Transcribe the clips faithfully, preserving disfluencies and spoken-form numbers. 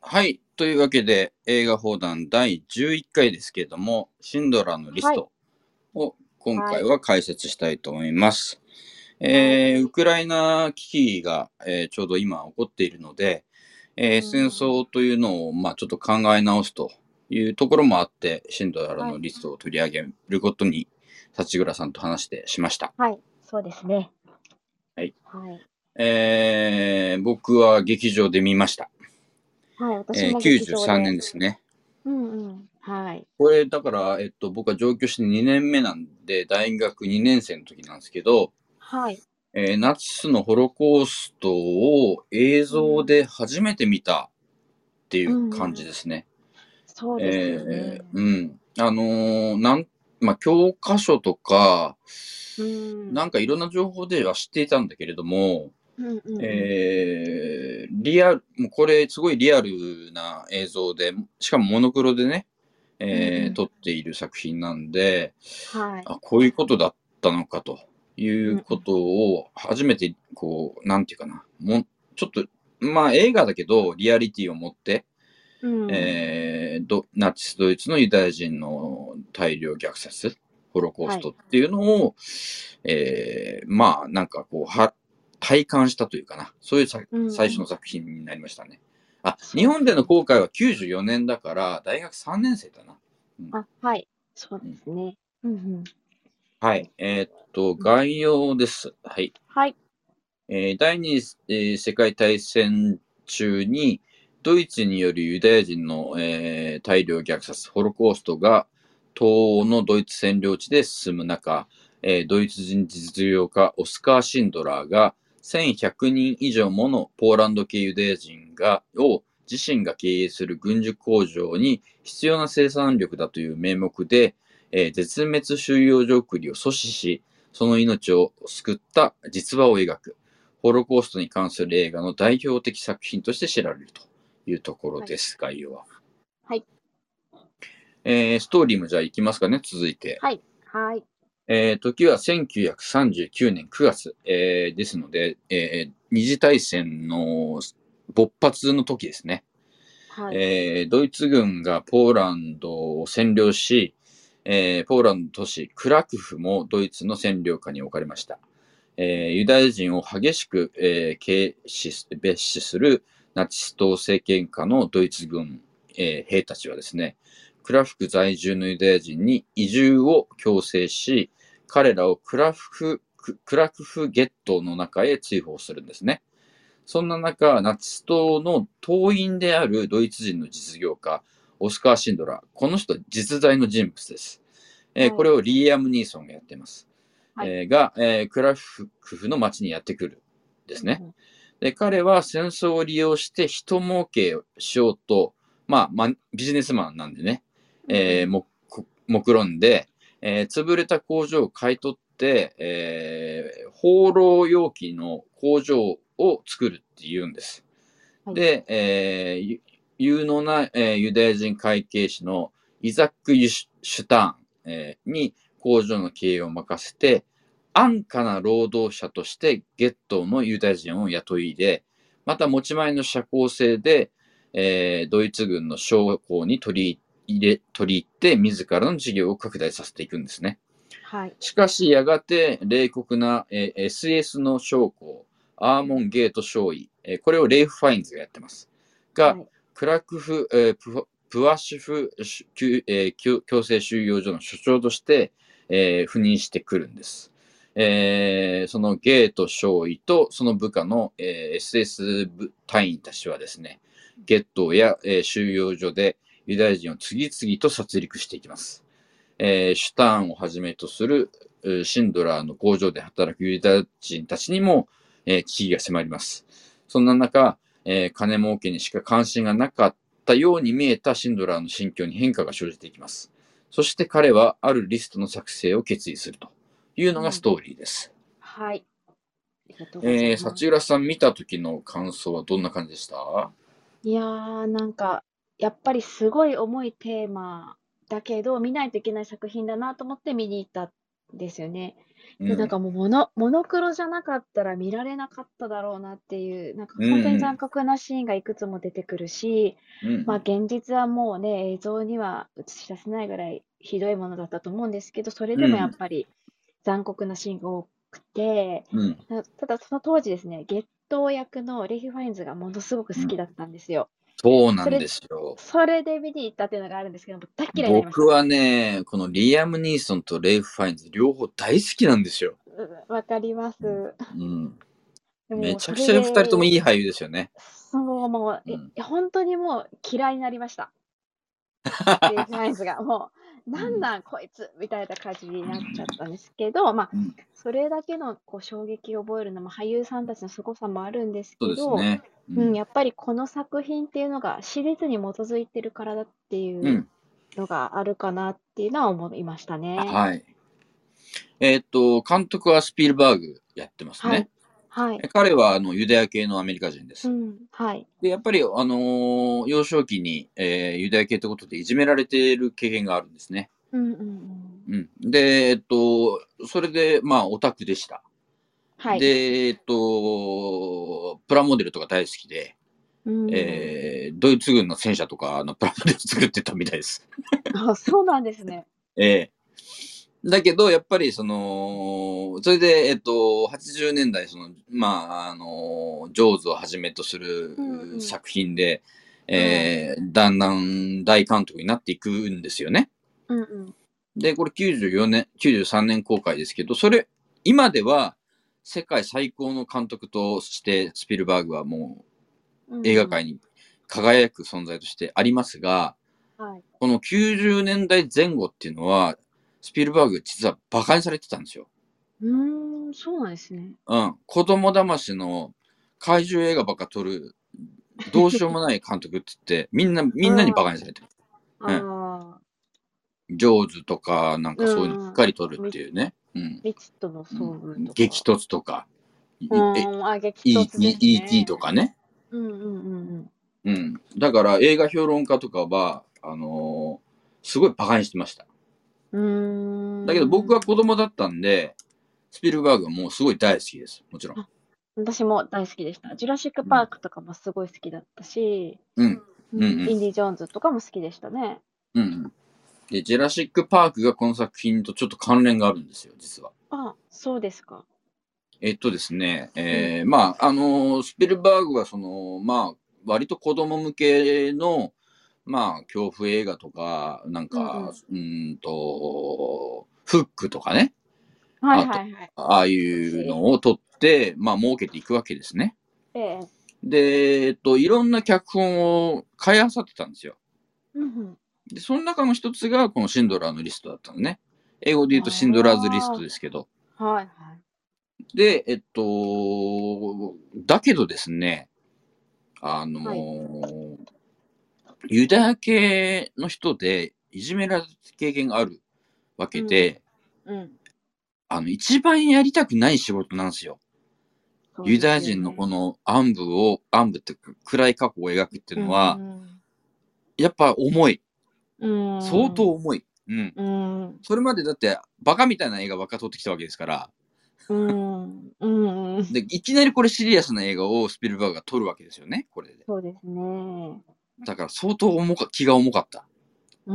はい。というわけで、映画放談だいじゅういっかいですけれども、シンドラーのリスはい。 トを今はい。 回は解説したいと思います。 はい。 えーウクライナ危機が、えーちょうど今起こっているので、えー戦うん。 争というのを、まあ、ちょっと考え直すというところもあって、シンドラーはい。 のリストを取り上げることに、幸倉さんと話してしました。 はい。そうですね。 はい。 はい。 えー僕は劇場で見ました。 はい。私えーも劇 93 場で。 年ですね。 うんうん。はい。 これ、だから、えっと、僕は上京してにねんめなんで、大学にねん生の時なんですけど、 はい。 えーナチスのホロコーストを映うん。 像で初めて見たっていうう感んうん。 じですね。 そうですよえーね。 うん。あのーなん、まあ、教科書とか、 うん。 なんかいろんな情報では知っていたんだけれども、 うんうんうん。 えーリアル、もうこれすごいリアルな映像で、しかもモノクロでね、えーうんうん。 撮っている作品なんで、 はい。 あ、こういうことだったのかというんうん。 うことを初めて、こう、なんていうかな、もう、ちょっと、まあ映画だけど、リアリティを持って、 うん。 えー、どナチスドイツのユダヤ人の大量虐殺、ホロコーはい。 ストっていうのを、えー、まあなんかこう、は、体感したというかな、そういうさうんうん。 最初の作品になりましたね。あ、日本でのそうですね。 公開はきゅうじゅうよねんだから、大学さんねん生だな。うん。 あ、はい。そううん。 ですね。うんうん。 はい。 えっと。 えーっと、 うん。 概要です。はい。 はい。 えー第二次、えー世界大戦中に、ドイツによるユダヤ人の、えー大量虐殺、ホロコーストが東欧のドイツ占領地で進む中、えードイツ人実業家オスカー・シンドラーがせんひゃくにん以上ものポーランド系ユダヤ人がを自身が経営する軍需工場に必要な生産力だという名目で、えー絶滅収容所送りを阻止し、その命を救った実話を描く、ホロコーストに関する映画の代表的作品として知られるというところはい。 です、概要は。 はい。 えー、ストーリーもじゃあいきますかね、続いて。 はい。はい。 えー、時はせんきゅうひゃくさんじゅうきゅうねんくがつ、えー、ですので、えー、二次大戦の勃発の時ですね。 はい。 えー、ドイツ軍がポーランドを占領し、えー、ポーランドの都市クラクフもドイツの占領下に置かれました。えー、ユダヤ人を激しく、えー、軽視、蔑視するナチス党政権下のドイツ軍、えー兵たちはですね、クラフク在住のユダヤ人に移住を強制し、彼らをクラフク、クラクフゲットの中へ追放するんですね。そんな中、ナチス党の党員であるドイツ人の実業家、オスカー・シンドラー。この人、実在の人物です。えーはい。 これをリーアム・ニーソンがやっています。 はい。 えーが、えークラフフの町にやってくるんですね。 うんうん。 で、彼は戦争を利用して人儲けをしようと、まあ、まビジネスマンなんでね、 うんうん。 えー、も、目論んで、えー潰れた工場を買い取って、えー放浪容器の工場を作るって言うんです。 はい。 で、えー有能な、えーユダヤ人会計士のイザック・ユシュターン、えーに工場の経営を任せて、安価な労働者としてゲットーのユダヤ人を雇い入れ、また持ち前の社交性で、えードイツ軍の将校に取り入れ、取り入って自らの事業を拡大させていくんですね。 はい。 しかし、やがて冷酷な、えー エスエス の将校、アーうん。 モンゲート少尉、えーこれをレイフ・ファインズがやってます。が、 はい。 クラクフ、えーププワシュフ、えー強制収容所の所長として、えー赴任してくるんです。えーそのゲート少尉とその部下の、えー エスエス 部隊員たちはですね、ゲットーや、えー収容所でユダヤ人を次々と殺戮していきます。えーシュターンをはじめとするシンドラーの工場で働くユダヤ人たちにも、えー危機が迫ります。そんな中、えー金儲けにしか関心がなかったように見えたシンドラーの心境に変化が生じていきます。そして彼はあるリストの作成を決意するというのうん。 がストーリーです。 はい。ありがとうござえー、 います。 幸浦さん見た時の感想はどんな感じでした？ いやー、なんか、やっぱりすごい重いテーマだけど、見ないといけない作品だなと思って見に行ったっですよね。 うで、なんん。 かもうモノモノクロじゃなかったら見られなかっただろうなっていう、なんかうんほんとにうん。 残酷なシーンがいくつも出てくるし、ま、 うんうん。 現実はもうね、映像には映し出せないぐらいひどいものだったと思うんですけど、それでもやっうん。 ぱり残酷なシーンが多くて、 うん。 たただその当時ですね、ゲットー役のレイフ・ファインズがものすごくうん。 好きだったんですよ。 そうなんでそれすよ。 それで見に行ったっていうのがあるんですけども、大っ嫌いになりました。 僕はね、このリアム・ニーソンとレイフ・ファインズ両方大好きなんですよ。 うう分かります。 うん。うん。 でもそれめちゃくちゃふたりともでいい俳優ですよね。 そう、もう、え、 うん。 ほんとにもう嫌いになりました。レイフ・ファインズが、もう、 うん。 なんなんこいつみたいな感じになっちゃったんですけど、ま、 うん。 それだけのこう衝撃を覚えるのも俳優さんたちの凄さもあるんですそうけど、 ですね。ううん、 ん。 やっぱりこの作品っていうのが史実に基づいてるからだっていううん。 のがあるかなっていうのは思いましたね。 はい。えっと、監督はスピルバーグやってますはい。 ね。 はい。 え、彼はあのユダヤ系のアメリカ人です。 うん、はい。 で、やっぱりあの、幼少期に、ええ、ユダヤ系ってことでいじめられてる経験があるんですね。 うんうんうん。 うん。で、えっと、それで、まあ、オタクでした。 はい。 で、えっと、プラモデルとか大好きで、 うーん。 ええ、ドイツ軍の戦車とか、あの、プラモデル作ってたみたいです。 あ、そうなんですね。 ええ。だけど、やっぱりその、それで、えっと、はちじゅうねんだい、その、まあ、あの、ジョーズをはじめとすうんうん。 る作品で、 はい。 ええ、だんだん大監督になっていくんですよね。 うんうん。 で、これきゅうじゅうよねんきゅうじゅうさんねん公開ですけど、それ今では世界最高の監督としてスピルバーグはもう映画うんうん。 界に輝く存在としてありますが、 はい。 このきゅうじゅうねんだいぜん後っていうのは、スピルバーグ実は馬鹿にされてたんですよ。 うーん、そうなんですね。 うん。子供騙しの怪獣映画ばっか撮る、どうしようもない監督って言って、みんなみんなに馬うん。 鹿にされてる。うん。 ああ。 ジョーズとか、なんかうそういうのばっんうん。 かり撮るっみていうね。うん。 未知とのうん。 遭遇と激か。 突とか、 ういえ、 ーん、あ、激 E 突ですイーティー とね。 かね。 うんうんうんうん。 うん。だから映画評論家とかは、あの、すごい馬鹿にしてました。 うーだけど僕はん。 子供だったんで、スピルバーグはもうすごい大好きです。もちろん。 あ、私も大好きでした。ジュラシック・うん。 パークとかもすごい好きだったし、 うん。 うん、 うんうん。 インディ・ジョーンズとかも好きでしたね。 うんうん。で、ジェラシック・パークがこの作品とちょっと関連があるんですよ、実は。 あ、そうですか。 えっとですね、 うん。 えー、まあ、あの、スピルバーグはその、まあ、割と子供向けの、まあ、恐怖映画とか、なんか、 うんうん。 うーんと、フックとかね、 はいあと、 はいはい。 ああい懐かしい。 うのを撮って、まあ、儲けていくわけですね。 ええ。 で、えっと、いろんな脚本を買い漁ってたんですよ。 うんうん。 で、その中の一つが、このシンドラーのリストだったのね。英語で言うとシンドラーズリストあですけど。 あ、はいはい。 で、えっと、だけどですね、あのはい。 ーユダヤ系の人でいじめられた経験があるわうん。 けで、 うん。 あの、一番やりたくない仕事なんですよ。ユそうですダヤ人のこよね。 の暗部を、暗部っていうか暗い過去を描くっていううのは、 ん。 やっぱ重い。 う相当ん。 重い。うん。 うん。 それまでだって、バカみたいな映画ばっか撮ってきたわけですから、 うん。うん。 で、いきなりこれシリアスな映画をスピルバーグが撮るわけですよね、これで。 そうですね。 だから相当重か気が重かった。 うん。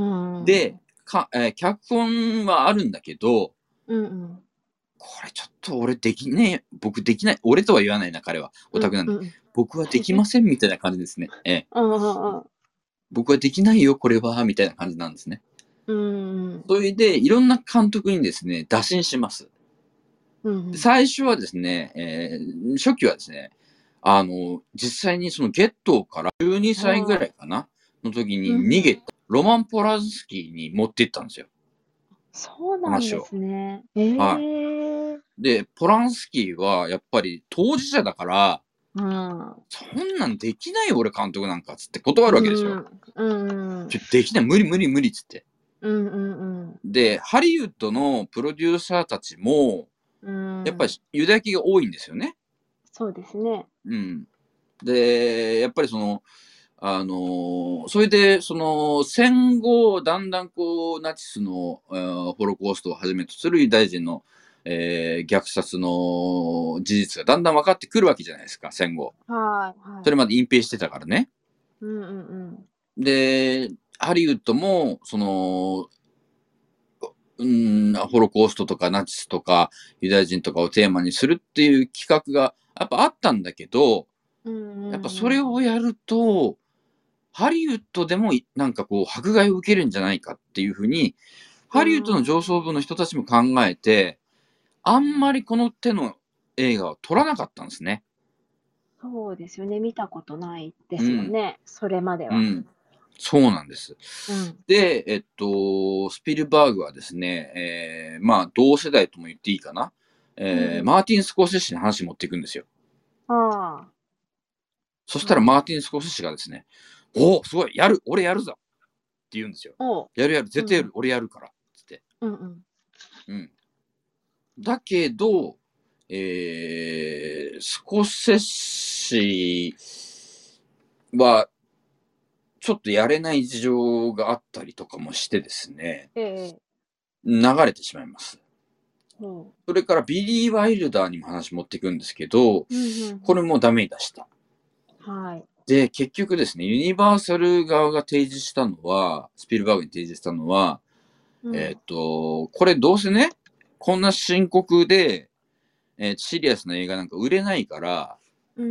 で、かえー脚本はあるんだけど、 うんうん。 これちょっと俺できねえ、僕できない、俺とは言わないな、彼は。オうタクなんで。 んうん。 僕はできませんみたいな感じですね。ええ。 うんうんうん。 僕はできないよ、これは、みたいな感じなんですね。 うんうん。 それで、いろんな監督にですね、打診します。 うんうん。 最初はですね、えー初期はですね、あの、実際にそのゲットーからじゅうにさいぐらはい。 いかなの時にうんうん。 逃げたロマン・ポランスキーに持って行ったんですよ、 そうなんで話を。 すね。 はええ。 い。で、ポランスキーはやっぱり当事者だから、 うん。 そんなんできないよ、俺監督なんかっつって断うるわけですよ。 ん。うんうん。 ちょ、できない、無理無理無理っつって。 うんうんうん。 で、ハリウッドのプロデューサーたちも、 うやっぱりん。 ユダヤ系が多いんですよね。 そうですね。 うん。で、やっぱりその、 あの、それで、その、戦後、だんだんこう、ナチスの、えーホロコーストをはじめとするユダヤ人の、えー虐殺の事実がだんだん分かってくるわけじゃないですか、戦後。 はい、はい。 それまで隠蔽してたからね。 うんうんうん。 で、ハリウッドも、その、うーん、ホロコーストとかナチスとかユダヤ人とかをテーマにするっていう企画がやっぱあったんだけど、 うんうんやっぱそれうん。 をやると、ハリウッドでもいなんかこう迫害を受けるんじゃないかっていうふうに、 うハリウッドの上層部のん。 人たちも考えて、あんまりこの手の映画を撮らなかったんですね。 そうですよね、見たことないですもんうん。 ね、それまでは。 うん。そうなんです。 うん。 で、えっと、スピルバーグはですね、えーまあ、同世代とも言っていいかな。えーうんうん。 マーティン・スコーセッシに話持っていくんですよ。 あそしあ、はい。 たらマーティン・スコーセッシがですね、おお、すごい、やる、俺やるぞって言うんですよ。 おう。 やるやる、絶対やる、 うんうん。 俺やるから、つって。 うんうん。 うん。だけど、えー、スコセッシは、ちょっとやれない事情があったりとかもしてですね、 ええ。 流れてしまいます。 ほそれからビリー・ワイルダーにも話持っていくんですけど、 う。うんうんうん。 これもダメ出した。 はい。 で、結局ですね、ユニバーサル側が提示したのは、スピルバーグに提示したのは、えーっうん。 と、これどうせね、こんな深刻で、えーシリアスな映画なんか売れないから、 うん。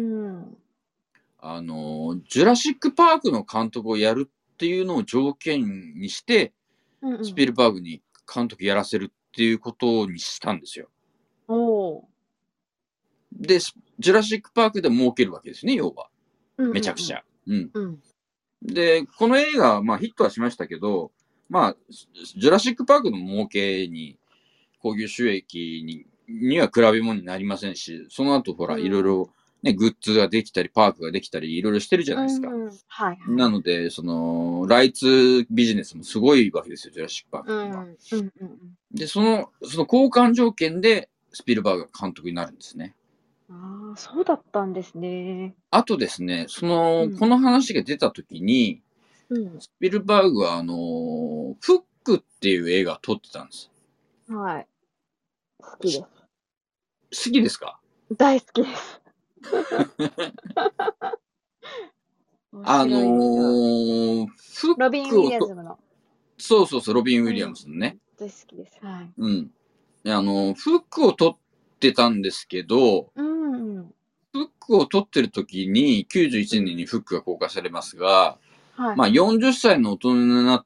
あのージュラシック・パークの監督をやるっていうのを条件にして、 うんうん。 スピルバーグに監督やらせるっていうことにしたんですよ。 おお。 で、スジュラシック・パークで儲けるわけですね、要は。 うんうんうん。 めちゃくちゃ。うん。 うん。 で、この映画は、まあヒットはしましたけど、まあ、ジュラシック・パークの儲けに、興行収益にには比べ物になりませんし、その後ほうら、いろいろん。 ね、グッズができたり、パークができたり、いろいろしてるじゃうないですか。 ん。はいはい。 なので、その、ライツビジネスもすごいわけですよ、ジュラシック・パークには。 うん。うんうんうん。 で、その、その交換条件で、スピルバーグが監督になるんですね。 ああ、そうだったんですね。 あとですね、その、こうん。 の話が出た時に、 うん。 スピルバーグは、あの、フックっていう映画を撮ってたんです。 はい。好きしです。 好きですか？ 大好きです。面あの白いですよ。 ーフッロビン・ウィクをと、 リアムズの。 そうそうそう、ロビン・ウィリアムうん。 スのね。 大好きです。はい。 うん。であの、フックを撮ってたんですけど、 うんうん。 フックを撮ってる時に、91 うん。 年にフックが公開されますが、まあはいはい。 よんじゅっさいの大人になった、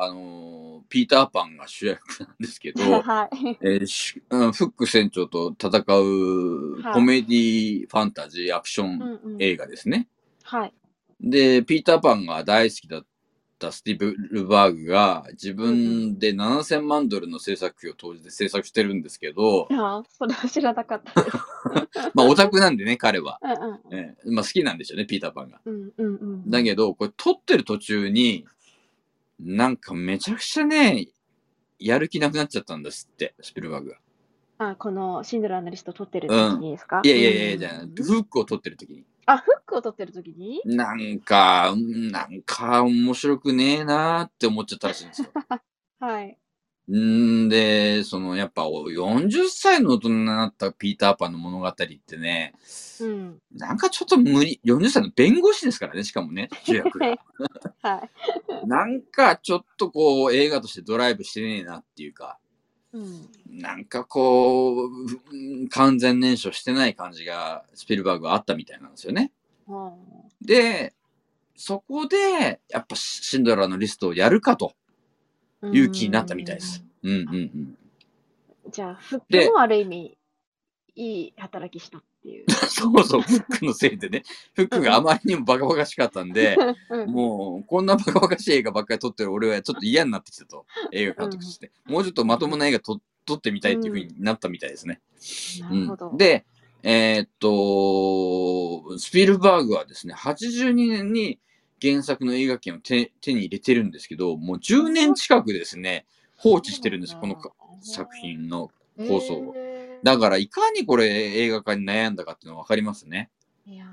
あの、ピーターパンが主役なんですけど、 はい。 えーしうんフック船長と戦うコはい。 メディファンタジーアクションうんうん。 映画ですね。 はい。 で、ピーターパンが大好きだったスティーブ・ルバーグが自うんうん。 分でななせんまんドルの制作費を投じて制作してるんですけど、 ああ、それは知らなかったです。 まあオタクなんでね、彼は。 うんうんうん。 えーまあ好きなんでしょうね、ピーターパンが。 うんうんうんうん。 だけど、これ撮ってる途中に、なんかめちゃくちゃね、やる気なくなっちゃったんですって、スピルバーグが。 あ、このシンドラーのリスト取ってるうん。 時にですか？うーいやいやいや、じゃあ、 ん。 フックを撮ってる時に。 あ、フックを取ってる時に？ なんか、なんか面白くねえなーって思っちゃったらしいんですよ。 はい。 んで、そのやっぱよんじゅっさいの大人になったピーターパンの物語ってね、 うん。 なんかちょっと無理。よんじゅっさいの弁護士ですからね、しかもね、主役が。 はい。 なんかちょっとこう映画としてドライブしてねえなっていうか、 うん。 なんかこう、うん完全燃焼してない感じがスピルバーグはあったみたいなんですよね。 はで、そこで、やっぱシンドラーのリストをやるかとうーいう気になったみたいです。 ん。 うんうんうあ、 ん。 じゃあ、フックで、 もある意味、いい働きしたっていう。 そうそう、フックのせいでね、フックがあうんうん。 まりにもバカバカしかったんで、 うんうん。 もう、こんなバカバカしい映画ばっかり撮ってる俺はちょっと嫌になってきたと。映画うんうん。 監督として。もうちょっとまともうんな映画撮撮ってみたいっていう風うん。 になったみたいですね。 なうん。 るほど。 で、えーっと、スピルバーグはですね、はちじゅうにねんに原作の映画権を手手に入れてるんですけど、もうじゅうねんああ、 近くですね、放置そうなんだ。 してるんですよ、このか作品のへ構想を。 え。 だから、いかにこれ映画化に悩んだかっていうのがわかりますね。 いや、やっ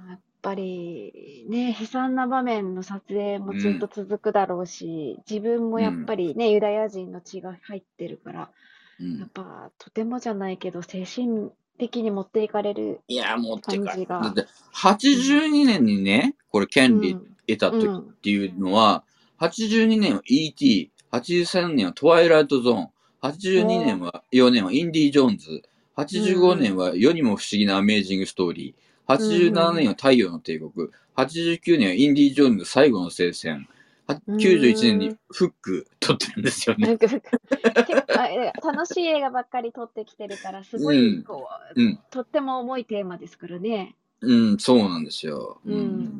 ぱりね、悲惨な場面の撮影もずっと続くだろうし、自分もやっぱりね、ユダヤ人の血が入ってるから、 うん。 やっぱとてもじゃないけど、精神的に持っていかれるいや、持ってか感じが。 だって、はちじゅうにねんにね、これ権利得た時うんっていうのは、はちじゅうにねんは イーティー、はちじゅうさんねんはトワイライトゾーン、はちじゅうにねんは、よねんはインディ・ジョーンズ、はちじゅうごねんは世にも不思議なアメージングストーリー、はちじゅうななねんは太陽の帝国、はちじゅうきゅうねんはインディ・ジョーンズ最後の聖戦、はきゅうじゅういちねんにフック撮ってるんですよね。 結構あえ楽しい映画ばっかり撮ってきてるから、すごい、こう、 うん。 とっても重いテーマですからね。 うん、そうなんですよ。 うん。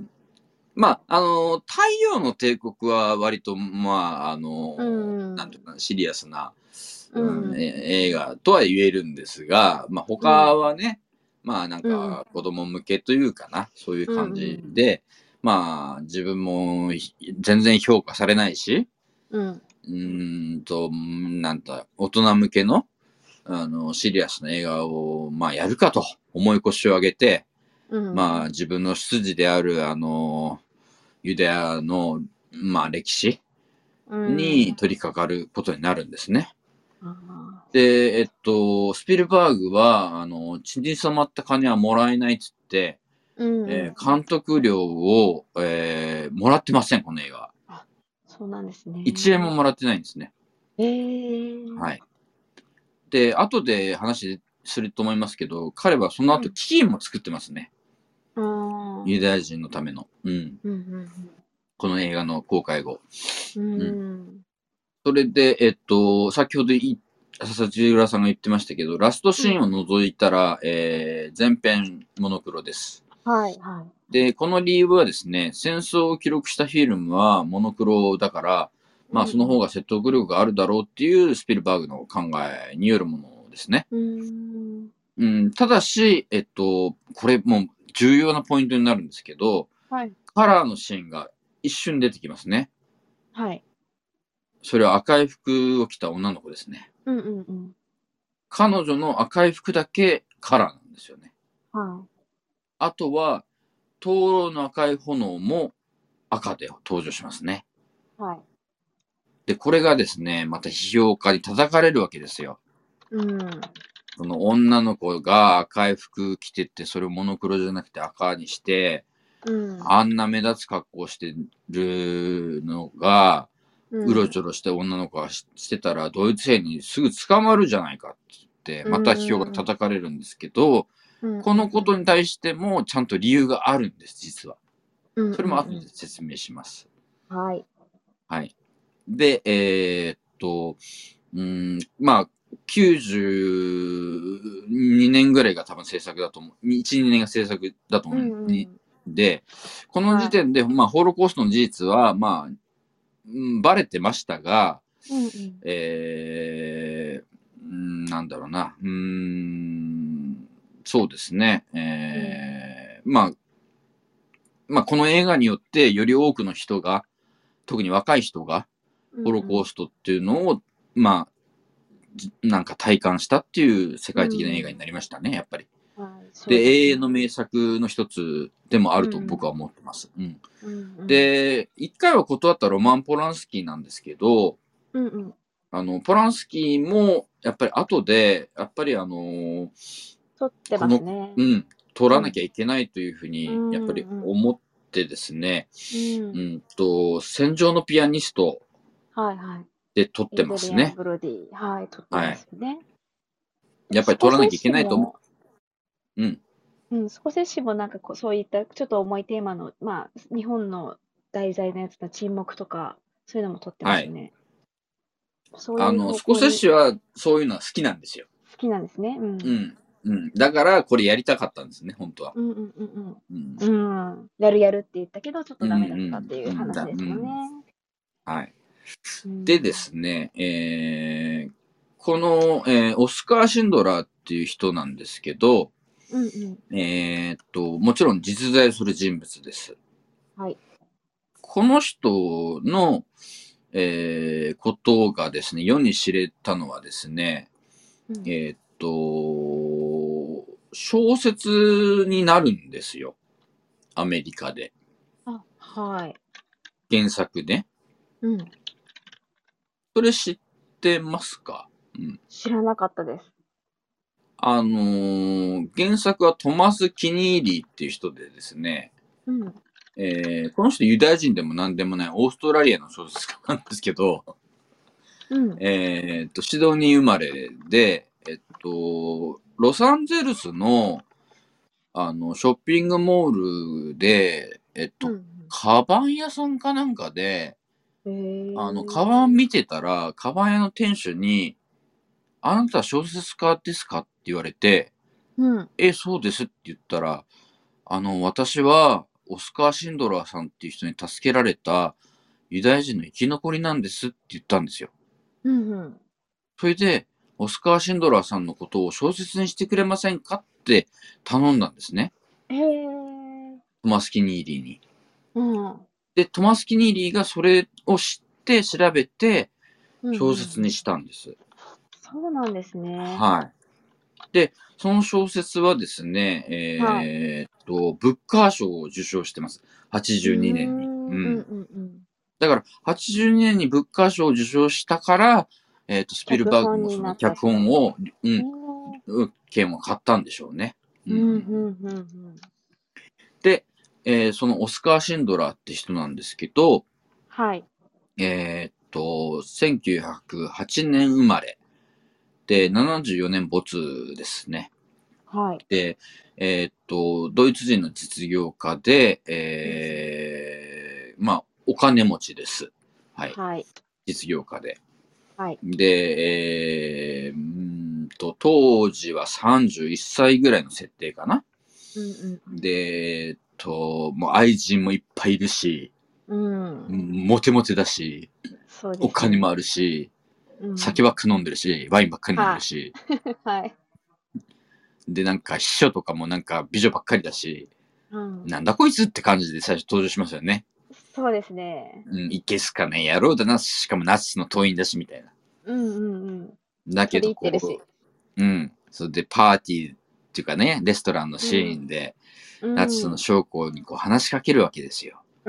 まあ、あの、太陽の帝国は割と、まあ、あの、 うんなんていうかな、シリアスな、 うんうんえ映画とは言えるんですが、まあ、他はね、まあ、なんか、子供向けというかな、そういう感じで、まあ、自分もひ全然評価されないし、 うん。 うーんと、なんだ、大人向けの、あの、シリアスな映画を、まあ、やるかと思い腰を上げて、 うん。 まあ、自分の出自である、あの、ユダヤの、まあ、歴史うんに取り掛かることになるんですね。 あで、えっと、スピルバーグは、あの、血に染まった金はもらえないっつって、 ーうんえー監督料を、えーもらってません、この映画。 そうなんですね。 いちえんももらってないんですね。 えー、 はい。で、後で話すると思いますけど、彼はその後、基金も作ってますね。 あーユダヤ人のための。うん。 うんうんこの映画の公開後。 うん。 ううんそれで、えっと、先ほどい笹内浦さんが言ってましたけど、ラストシーンを除いたら、えー、全編モノクロです。 はいはい。 で、この理由はですね、戦争を記録したフィルムはモノクロだから、まあその方が説得力があるだろうっていうスピルバーグの考えによるものですね。 うーん。 うん、ただし、えっと、これも重要なポイントになるんですけど、 はい。 カラーのシーンが一瞬出てきますね。 はい。 それは赤い服を着た女の子ですね。 うんうんうん。 彼女の赤い服だけカラーなんですよね。 はあとは、灯籠の赤い炎も赤で登場しますね。 い。はい。 で、これがですね、また批評家に叩かれるわけですよ。 うん。 その女の子が赤い服着てって、それをモノクロじゃなくて赤にして、 うん。 あんな目立つ格好してるのが、 うんうろちょろした女の子がししてたら、ドイツ兵にすぐ捕まるじゃないかって言って、また批評が叩かれるんですけど、 うんこのことに対してもちゃんと理由があるんです、実は。 うんそれも後で説明します。 はい。 はい。で、えーっと、うーん、まあ、きゅうじゅうにねんぐらいが多分制作だと思う。いち、にねんが制作だと思う。 うんにで、この時点で、まあ、ホロコーストの事実は、まあ、うんバレてましたが、 うんうん。 えー、うんなんだろうな。うーん、そうですね。えーまあ、まあ、この映画によってより多くの人が、特に若い人が、ホロコーストっていうのを、まあ、じなんか体感したっていう世界的な映画になりましたね、やっぱり。 はい。そうで、 ですね永遠の名作の一つでもあると僕は思ってます。うん。 うんうん。 で、一回は断ったロマン・ポランスキーなんですけど、 うんうん。 あの、ポランスキーも、やっぱり後で、やっぱりあのー撮ってこの、 ますね。 うん、撮らなきゃいけないというふうに、 うんやっぱり思ってですね、 うん。 うんと、戦場のピアニストはいはい。 で撮ってエイドリアン・ますね。 ブロディ。はい、撮ってはい。 ますよね。 やっぱり撮らなきゃいけないと思う。うん。 うん、スコセッシもなんかこう、そういったちょっと重いテーマの、まあ、日本の題材のやつの沈黙とか、そういうのも撮ってまはい。 すよね。そういうあの、スコ方向にセッシはそういうのは好きなんですよ。 好きなんですね。うん。 うん。うん。だから、これやりたかったんですね、本当は。 うんうんうんうん。 うん。うん。やるやるって言ったけど、ちょっとダメだったっていううんうん話ですもんね。 はい。 うんでですね、えー、この、えーオスカー・シンドラーっていう人なんですけど、 うんうん。 えーっと、もちろん実在する人物です。 はい。 この人の、えーことがですね、世に知れたのはですね、 うんえーっと、小説になるんですよ。 アメリカで。 あ、はい。 原作ね。 うん。 それ知ってますか？うん。 知らなかったです。 あのー原作はトマス・キニーリーっていう人でですね、 うん。 えーこの人ユダヤ人でも何でもないオーストラリアの小説家なんですけど、 うん。 えーっと、シドニー生まれで、えっと、ロサンゼルスの、あの、ショッピングモールで、えっと、 うん。 カバン屋さんかなんかで、 へえ。 あの、カバン見てたら、カバン屋の店主に、あなた小説家ですかって言われて、 うん。 え、そうですって言ったら、あの、私は、オスカー・シンドラーさんっていう人に助けられたユダヤ人の生き残りなんですって言ったんですよ。 うんうん。 それで、オスカー・シンドラーさんのことを小説にしてくれませんかって頼んだんですね。 へえ。 トマス・キニーリーに。 うん。 で、トマス・キニーリーがそれを知って調べてうん小うんうん。 説にしたんです。 そうなんですね。 はい。で、その小説はですね、 はい。 えーっと、ブッカー賞を受賞してます。 うーはちじゅうにねんに。 ん。うんうんうん。 うん。 だから、はちじゅうにねんにブッカー賞を受賞したから、えーっと、スピル脚バーグも本になったその脚人なんだ。 本を、ううん、 ん。 うん権を買ったんでしょうね。うんうん、 うん。 ふんふんふん。 で、えーそのオスカー・シンドラーって人なんですけど、 はい。 えーっと、せんきゅうひゃくはちねん生まれで、ななじゅうよねん没ですね。 はい。 で、えーっと、ドイツ人の実業家で、 うんうん。 えー、まあ、お金持ちです。はい。 はい。 実業家で。 はい。 で、えー、うーんと、当時はさんじゅういっさいぐらいの設定かな。 うんうんうん。 で、えーっと、もう愛人もいっぱいいるし、 うん。 モテモテだし、 そうでおすよね。 金もあるし、 うん。 酒ばっか飲んでるし、ワインばっかり飲んではい。 るし、 はい。 で、なんか秘書とかもなんか美女ばっかりだし、 うん。 なんだこいつって感じで最初登場しますよね。 そうですね。 うん、いけすかね野郎だな、しかもナチスの党員だしみたいな。 うんうんうん。取りだけど入ってるし。 こう、うん、それでパーティーっていうかね、レストランのシーうん。 ンで、 うナチスのん。 将校にこう話しかけるわけですよ。 うん。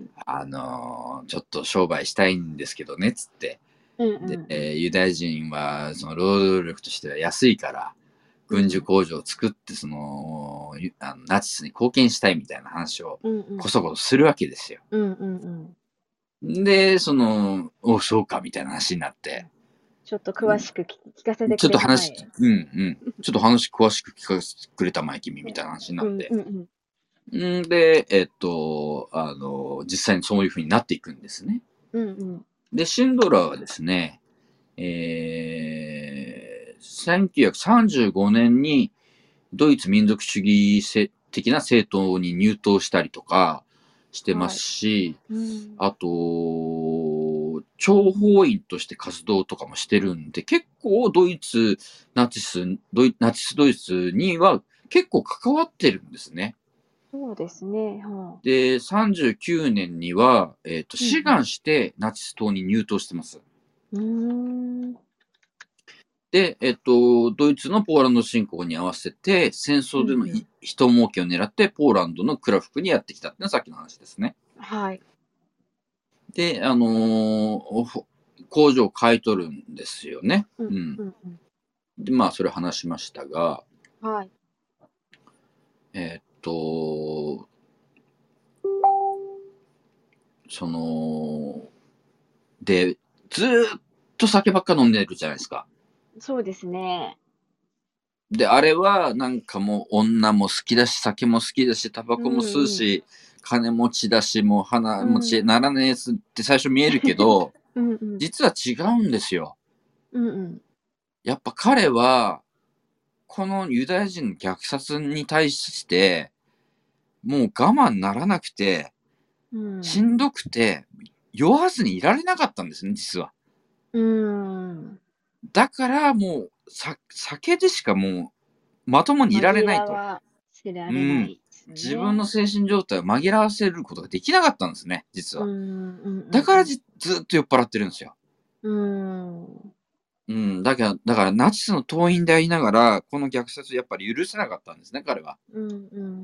あのーちょっと商売したいんですけどね、つって。 うんで、 うんえーユダヤ人はその労働力としては安いから、 うん。 軍需工場を作って、その、ゆあのナチスに貢献したいみたいな話をうんうん。 こそこそするわけですよ。 うんうんで、その、お、そうか、みたいな話になっうん。 て、 ちょっと詳しく聞聞かせてくちょっと話、 れたまえ。 うんうん、ちょっと話詳しく聞かせてくれたまえ、君、みたいな話になうんって。 うんんで、えっと、あの、実際にそういう風になっていくんですね。 うん。うんうん。 で、シンドラーはですね、えー、せんきゅうひゃくさんじゅうごねんにドイツ民族主義的な政党に入党したりとかしてますはい。 し、 うん。 あと、諜報員として活動とかもしてるんで、結構ドイツ、ナチス、ドイナチスドイツには結構関わってるんですね。 そうですね。はあ。 で、さんじゅうきゅうねんには、えっ、と、 うん志願してナチス党に入党してます。 うん。うーん。 で、えっと、ドイツのポーランド侵攻に合わせて、戦争でのうんうん。 人儲けを狙って、ポーランドのクラフクにやってきたっていうのはさっきの話ですね。 はい。 で、あのー工場を買い取るんですよね。 うんうん。 うんうん。 で、まあ、それ話しましたが、 はい。 えっと、その、で、ずーっと酒ばっか飲んでるじゃないですか。 そうですね。 で、あれはなんかもう女も好きだし、酒も好きだし、タバうコも吸うんうん。 し、金持ちだし、もう鼻うん。 持ちならねえやつって最初見えるけど、 うんうん。 実は違うんですよ。 うんうん。 やっぱ彼は、このユダヤ人の虐殺に対して、もう我慢ならなくて、 うん。 しんどくて、酔わずにいられなかったんですね、実は。 うーん。 だからもう、さ酒でしかもう、まともにいられ紛ないと。 らわせらうん。 れないです自分ね。 の精神状態を紛らわせることができなかったんですね、実は。 うんうんうんだからじずっと酔っ払ってるんですよ。 うん。うーん。 うん。だから、だからナチスの党員でありながら、この虐殺をやっぱり許せなかったんですね、彼は。 うんうん。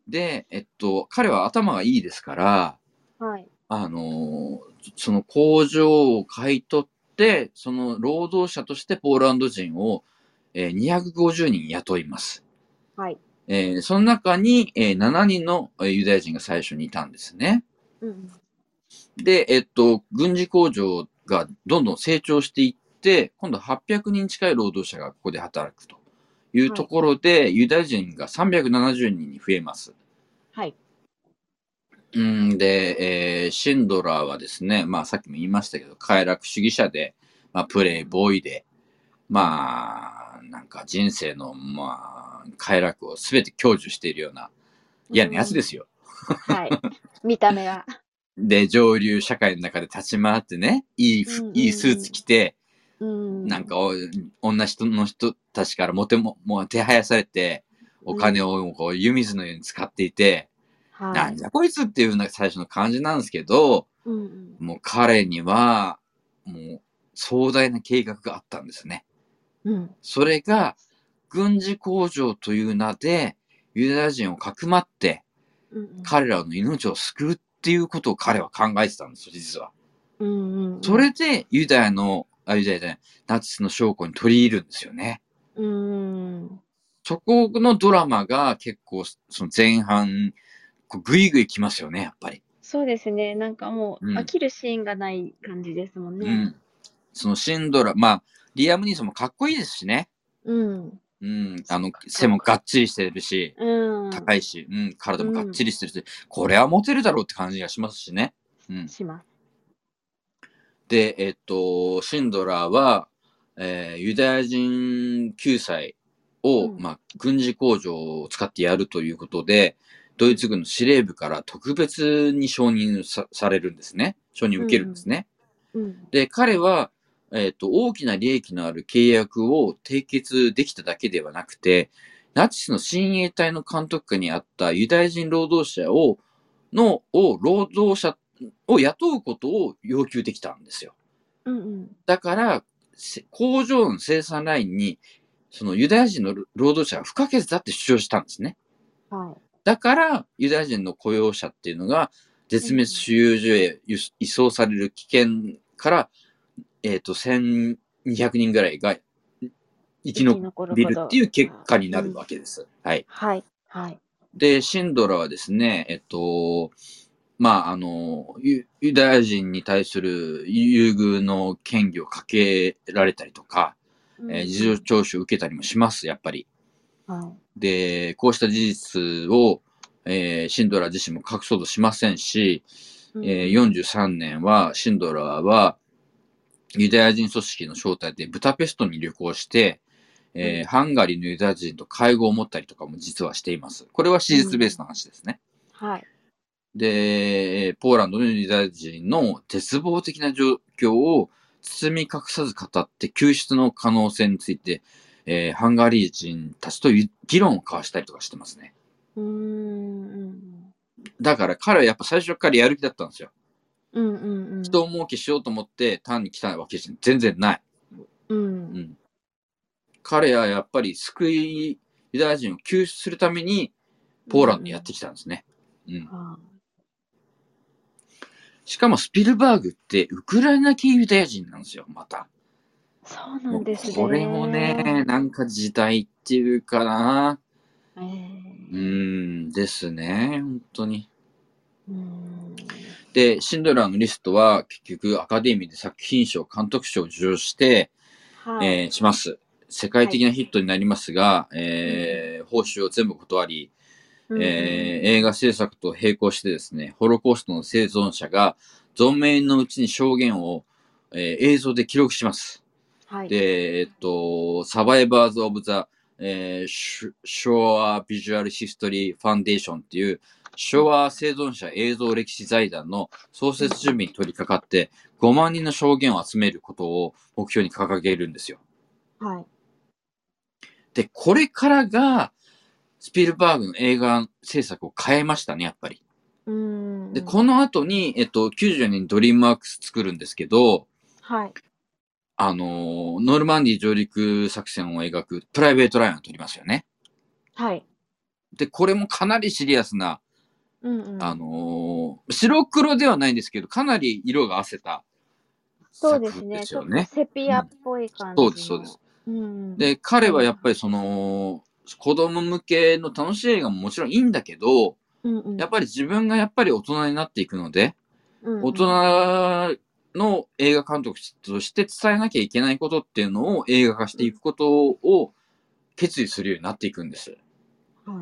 で、えっと、彼は頭がいいですから、 はい。 あの、その工場を買い取って、その労働者としてポーランド人を、えーにひゃくごじゅうにん雇います。 はい。 えーその中に、えーしちにんのえーユダヤ人が最初にいたんですね。 うん。 で、えっと、軍事工場がどんどん成長していって、今度はっぴゃくにん近い労働者がここで働くというはい。 ところで、ユダヤ人がさんびゃくななじゅうにんに増えます。 はい。 うんで、えーシンドラーはですね、まあさっきも言いましたけど、快楽主義者で、まあプレイボーイで、まあ、なんか人生の、まあ、快楽をすべて享受しているようなう嫌なやつでん。 すよ。 はい。見た目は。 で、上流社会の中で立ち回ってね、いいふ、 うんういいスーツ着て、 んうん。うん。 なんかお、女人の人たちからもても、もう手配されて、お金うん。 をこう湯水のように使っていて、 はい。 なんじゃこいつっていうのが最初の感じなんですけど、 うんうん。 もう彼には、もう壮大な計画があったんですね。 うん。 それが、軍事工場という名で、ユダヤ人をかくまって、 うんうん。 彼らの命を救うっていうことを彼は考えてたんですよ、実は。 うんうんうん。 それで、ユダヤの、あ、ユダヤじゃない、ナチスの将校に取り入るんですよね。 うーん。 そこのドラマが結構、その前半、こうぐいぐい来ますよね、やっぱり。 そうですね。なんかもう飽うん。 きるシーンがない感じですもんね。 うん。そのシンドラ、まあ、リアム・ニーソンもかっこいいですしね。 うん。 うん。あの、背もかっこがっちりしてるし、 うん。 高いし、うん。体もがっうん。 ちりしてるし、これはモテるだろうって感じがしますしね。うん。 します。 で、えっと、シンドラーは、えーユダヤ人救済を、 うん。 まあ、軍事工場を使ってやるということで、ドイツ軍の司令部から特別に承認さされるんですね。承認を受けるんうんうん。 ですね。 うん。 で、彼は、えっと、大きな利益のある契約を締結できただけではなくて、ナチスの親衛隊の監督下にあったユダヤ人労働者を、の、を、労働者を雇うことを要求できたんですよ。 うんうん。 だから、工場の生産ラインに、そのユダヤ人の労働者が不可欠だって主張したんですね。 はい。 だから、ユダヤ人の雇用者っていうのが、絶滅うん。 収容所へ移送される危険から、えっと、せんにひゃくにんぐらいが生き延生き残るびるってほど。 いう結果になるうん。 わけです。はい。 はい。はい。 で、シンドラはですね、えっと、まあ、あの、ユユダヤ人に対する優遇の権利をかけられたりとか、 うんえー事情うん。 聴取を受けたりもします、やっぱり。 はで、こうした事実を、えーシンドラー自身も隠そうとしませんし、 い。うんえーうん。 よんじゅうさんねんは、シンドラーは、ユダヤ人組織の招待でブダペストに旅行して、えーうん。 ハンガリーのユダヤ人と会合を持ったりとかも実はしています。これは史うん。 実ベースの話ですね。 はい。 で、ポーランドのユダヤ人の絶望的な状況を包み隠さず語って救出の可能性について、えーハンガリー人たちと議論を交わしたりとかしてますね。 うーん。うんだから彼はやっぱ最初からやる気だったんですよ。 うん。うんうん人を儲けしようと思って単に来たわけじゃ全然ない。 うん。うん。 うん。彼はやっぱり救い、ユダヤ人を救出するためにうんポーランドにうん。 やってきたんですね。うん。 はしかもスピルバーグってウクライナ系ユダヤ人なんですよ、また。 あ。そうなもうんですこれもね、 ね。 なんか時代っていうかな。 えうえ。 ーん、ですね、本当に。 うーん。 で、シンドラーのリストは結局アカデミーで作品賞、監督賞を受賞して、 はい。 えーします。世界はい。 的なヒットになりますが、 うんうん。 えー報酬を全部断り、 うんうんうん。 えー映画制作と並行してですね、ホロコーストの生存者が存命のうちに証言を、えー映像で記録します。 はい。 で、えっと、サバイバーズ・オブ・ザ・えー、ショア・ビジュアル・ヒストリー・ファンデーションっていううん。 昭和生存者映像歴史財団の創うん設準備に取り掛かってごまん人の証言を集めることを目標に掲げるんですよ。 うん。はい。 で、これからがスピルバーグの映画制作を変えましたね、やっぱり。 うーで、 ん。 この後に、えっと、きゅうじゅうよねんにドリームワークス作るんですけど、 はい。 あのノルマンディー上陸作戦を描くプライベートライアンを撮りますよね。 はい。 で、これもかなりシリアスな、 うんうん。 あのー白黒ではないんですけど、かなり色が褪せたそうで作風ですね。ちょっとすよね。 セピアっうん。 ぽい感そうです、そうでじの。 す。 うん。 で、彼はい。 はやっぱりその、子供向けの楽しい映画ももちろんいいんだけど、 うんうん。 やっぱり自分がやっぱり大人になっていくので、大うんうん。 人の映画監督として伝えなきゃいけないことっていうのを映画化していくことを決意するようになっていくんです。 はい。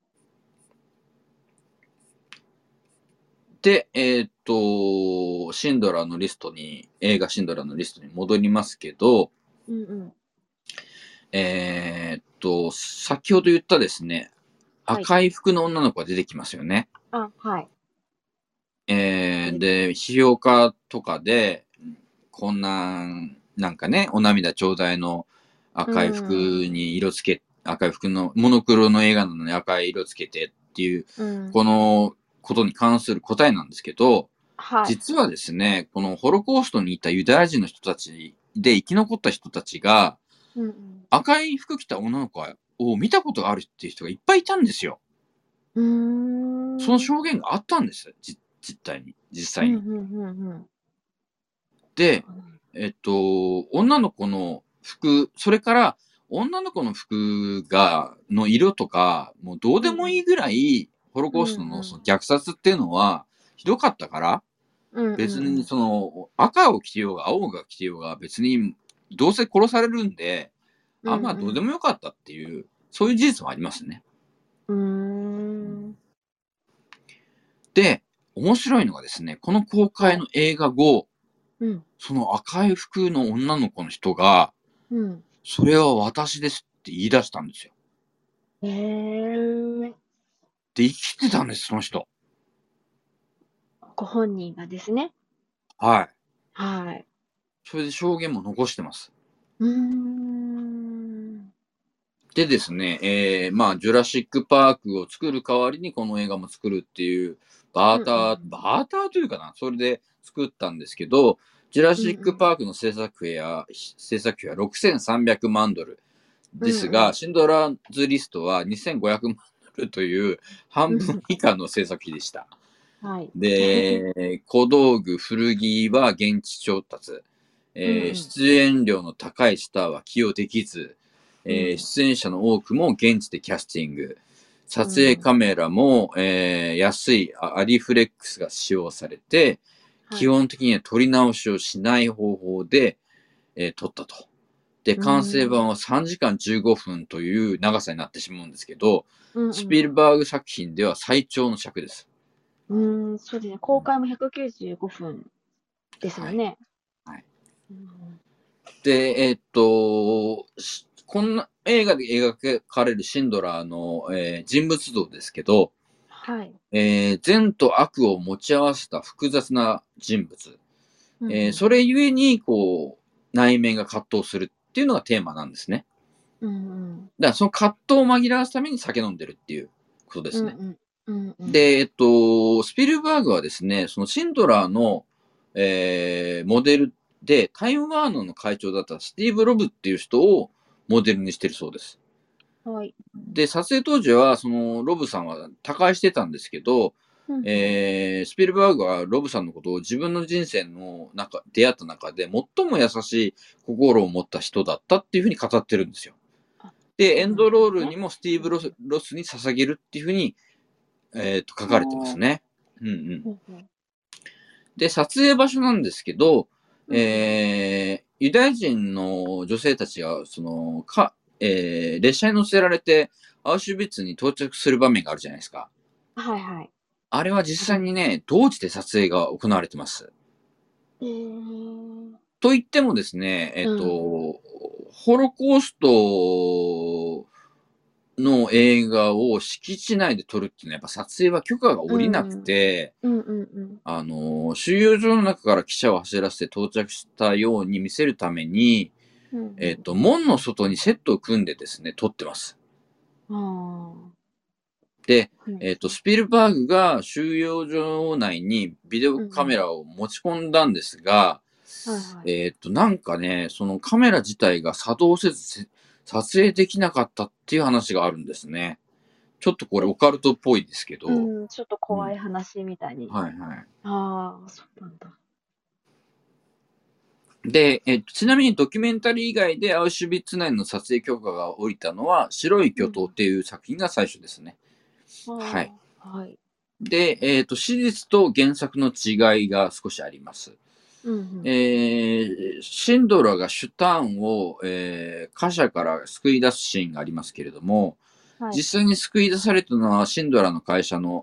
で、えーっと、シンドラーのリストに、映画シンドラーのリストに戻りますけど、 うんうん。 えーっと、先ほど言ったですね、 はい。 赤い服の女の子が出てきますよね。 あ、はい。 えー、 でで、批評家とかで、こんな、なんかね、お涙ちょうだいのう赤い服ん。 に色つけ、赤い服の、モノクロの映画なのに赤い色つけてっていう、 うん。 このことに関する答えなんですけど、 はい。 実はですね、このホロコーストにいたユダヤ人の人たちで生き残った人たちが、 うんうん。 赤い服着た女の子を見たことがあるっていう人がいっぱいいたんですよ。 うーそのん。 証言があったんです。じ実態に、実際に。 うんうんうんうん。 で、えっと、女の子の服、それから女の子の服が、の色とか、もうどうでもいいぐらい、ホロうコーストんうん。 のその虐殺っていうのはひどかったから、 うんうん別にうん。 その赤を着てようが青が着てようが別にどうせ殺されるんで、 うあんまあどうでんもよかったっていう、そういう事実もありますね。 うん。うーん。 で、面白いのがですね、この公はい。 開の映画後、 うん。 その赤い服の女の子の人が、 うん。 それは私ですって言い出したんですよ。 へえ。 で、生きてたんです、その人。 ご本人がですね。 はい。 はい。 それで証言も残してます。 うーん。 でですね、えー、まあ、ジュラシック・パークを作る代わりにこの映画も作るっていう、バうんうーター、 ん。 バーターというかな、それで作ったんですけど、ジュラシック・うんうん。 パークの制作費や、制作費はろくせんさんびゃくまんドルですが、 うんうん。 シンドラーズリストはにせんごひゃくまんドルという半分以下の制作費でした。 はい。 で、小道具、古着は現地調達。えーうんうん。 出演料の高いスターは起用できず、えーうん。 出演者の多くも現地でキャスティング。撮影うん。 カメラも、えー安いアリフレックスが使用されて、基はい。 本的には撮り直しをしない方法で、えー撮ったと。で、 うー完成版ん。 はさんじかんじゅうごふんという長さになってしまうんですけど、 うんうん。 スピルバーグ作品では最長の尺です。 うーん、そうですね。公開もひゃくきゅうじゅうごふんですもはい。 んね。 はい。 うん。 で、えーっと、こんな映画で描かれるシンドラーの、えー人物像ですけど、 はい。 えー善と悪を持ち合わせた複雑な人物。えーうんうん。 それゆえに、こう、内面が葛藤するっていうのがテーマなんですね。 うんうん。 だからその葛藤を紛らわすために酒飲んでるっていうことですね。 うんうん。うんうん。 で、えっと、スピルバーグはですね、そのシンドラーの、えーモデルで、タイムワーナーの会長だったスティーブ・ロブっていう人をモデルにしてるそうです。 はい。 で、撮影当時は、その、ロブさんは他界してたんですけど、 うんうん。 えースピルバーグはロブさんのことを自分の人生の中、出会った中で最も優しい心を持った人だったっていうふうに語ってるんですよ。 あ、 で、エそうなんンドですね。 ロールにもスティーブ・ロスロスに捧げるっていうふうに、えっと、書かれてますはあ。 ね。うんうん。 ほうほう。 で、撮影場所なんですけど、 うんうん。 えー、ユダヤ人の女性たちが、その、か、えー、列車に乗せられて、アウシュビッツに到着する場面があるじゃないですか。 はいはい。 あれは実ありますね。 際にね、同時で撮影が行われてます。 ええ。 と言ってもですね、えっと、 うん。 ホロコーストの映画を敷地内で撮るっていうのは、やっぱ撮影は許可がう下りなくん。 て、 うんうんうん。 あの、収容所の中から汽車を走らせて到着したように見せるために、 うんえっと、 うん。 門の外にセットを組んでですね、撮ってます。 ああ。 で、 はい。 えっと、スピルバーグが収容所内にビデオカメうんうん。 ラを持ち込んだんですが、 はいはい。 えっと、なんかね、そのカメラ自体が作動せず、せ撮影できなかったっていう話があるんですね。 ちょっとこれオカルトっぽいですけど、 うん、ちょっと怖い話みたいに。 はいはい。 ああ、そうなんだ。 で、えっと、ちなみにドキュメンタリー以外でアウシュビッツ内の撮影許可が下りたのは、白い巨塔っていう作品が最初ですね。 うん、 はい。 はい。 で、えっと、史実と原作の違いが少しあります。 うんうん、 えー、シンドラがシュターンを、えー、貨車から救い出すシーンがありますけれども、 はい、 実際に救い出されたのはシンドラの会社の、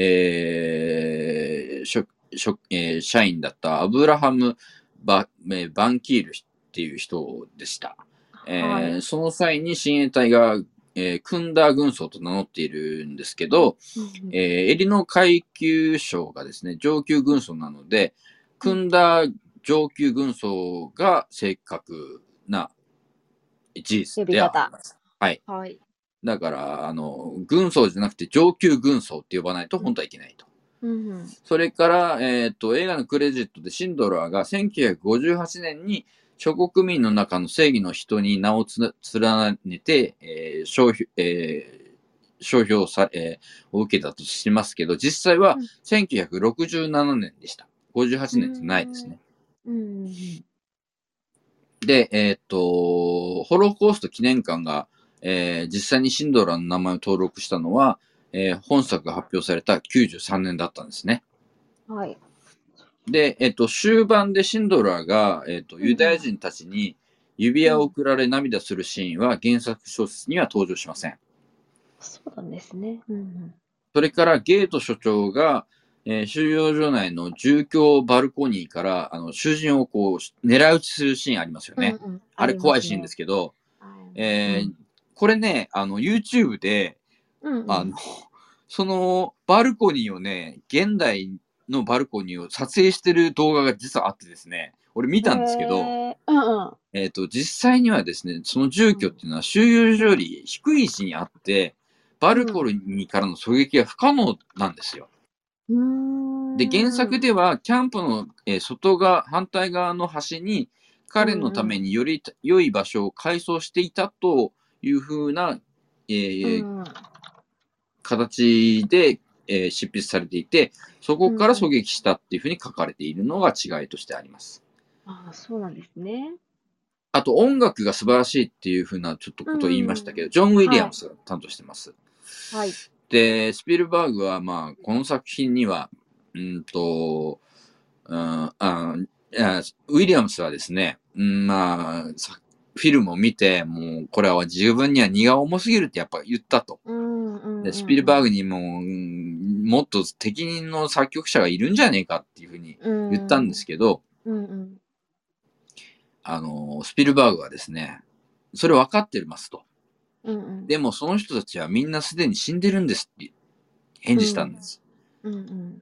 えーしょしょえー社員だったアブラハムバ・えーバンキールっていう人でした。 はい。 えーその際に親衛隊が、えークンダー軍曹と名乗っているんですけど、 うんうんえー襟の階級章がですね、上級軍曹なので、クンダー上級軍曹が正確な事実ではあり呼び方。 ます。はい。 はい。 だから、あの、軍曹じゃなくて上級軍曹って呼ばないと本当はいけないと。 うんうん、 それから、えっと、映画のクレジットでシンドラーがせんきゅうひゃくごじゅうはちねんに諸国民の中の正義の人に名をつ連ねて、えー商標、えー商標さ、えーを受けたとしますけど、実際はうんせんきゅうひゃくろくじゅうななねんでした。ごじゅうはちねんじゃないですうんね。 うんうんで、えっと、ホロコースト記念館が、えー実際にシンドラーの名前を登録したのは、えー本作が発表されたきゅうじゅうさんねんだったんですね。 はい。 で、えっと、終盤でシンドラーが、えっと、ユダヤ人たちに指輪を送られ涙するシーンは原作小説には登場しません。 そうなんですね。うんそれからゲート所長が、えー収容所内の住居バルコニーから、あの、囚人をこう、狙い撃ちするシーンありますようん。うね。 んうん。ああれりま怖いシーンですね。 すけど、 はい。 えーうん。 これね、あの、YouTube で、 うんうあの、 ん。 そのバルコニーをね、現代のバルコニーを撮影してる動画が実はあってですね、俺見へたんですけど、 え。うんうん。 えっ、と、実際にはですね、その住居っていうのは収容所より低い位置にあって、バルコニーからの狙撃は不可能なんですよ。 うで、原ん。うーん。 作では、キャンプの、えー外側、反対側の端に、 う彼のたんうん。 めにより良い場所を改装していたというふうな、えーうんうん。 形で、えー執筆されていて、そこから狙うんうん。 撃したっていうふうに書かれているのが違いとしてあります。 ああ、そうなんですね。 あと、音楽が素晴らしいっていうふうなちょっとうことを言いましたけど、 ん。 ジョン・ウィリアはい。 ムスが担当してます。 はい。 で、スピルバーグは、まあ、この作品には、うんと、うん、ああウィリアムスはですね、うん、まあ、フィルムを見て、もう、これは自分には荷が重すぎるってやっぱ言ったと。 うんうんで、 うスピルバーんグにも、うんもっと適任の作曲者がいるんじゃねえかっていうふうにうん。 言ったんですけど、 うんうん。 あの、スピルバーグはですね、それ分かってますと。 うんうん。 でもその人たちはみんなすでに死んでるんですって返事したんです。 うんうん。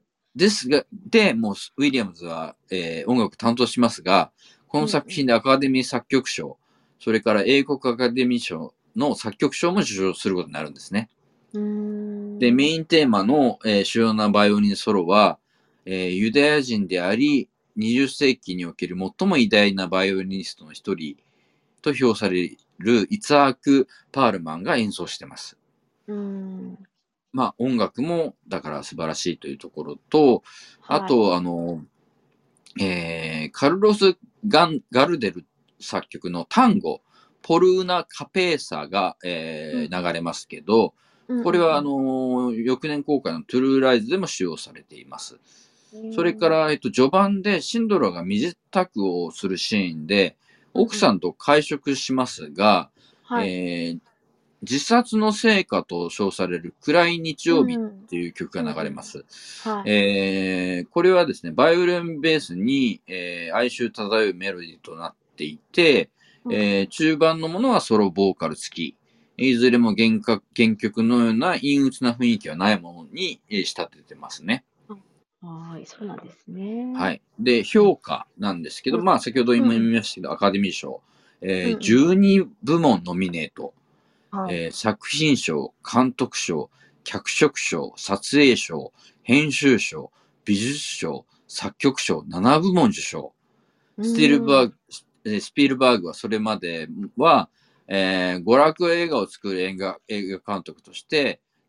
ですが、で、もうウィリアムズは、えー音楽担当しますが、この作品でアカデミー作曲賞、それから英国アカデミー賞の作曲賞も受賞することになるんですね。 うーで、メん。 インテーマの、えー主要なバイオリンソロは、えーユダヤ人であり、にじゅっ世紀における最も偉大なバイオリニストの一人と評されるイツァーク・パールマンが演奏しています。 うーん。 まあ音楽もだから素晴らしいというところと、あはい。 と、あの、えーカルロス・ガンガルデル作曲のタンゴ、ポルーナ・カペーサが、えー流れますけど、 うんこれはあうんの翌年公開のトゥルーライズでも使用されています。 うん。 それから、えっと、序盤でシンドラーが身支度をするシーンで、奥さんと会食しますが、 はい。 えー自殺の成果と称される暗い日曜日っていう曲が流れます。 はい。 えーこれはですね、バイオリンベースに、えー哀愁漂うメロディーとなっていて、 うん。 えー中盤のものはソロボーカル付き、いずれも原曲原曲のような陰鬱な雰囲気はないものに、えー仕立ててますね。 はい、そうなんですね。 はい。で、評価なんですけど、 うん。 まあ先ほど今うんうん。 言いましたけど、アカデミー賞、えーうんうん。 じゅうにぶもんノミネート、 はい。 えー作品賞、監督賞、脚色賞、撮影賞、編集賞、美術賞、作曲賞、ななぶもん受賞。 うスティルーん。 バーグ、えースピルバーグはそれまでは、えー娯楽映画を作る映画映画監督として、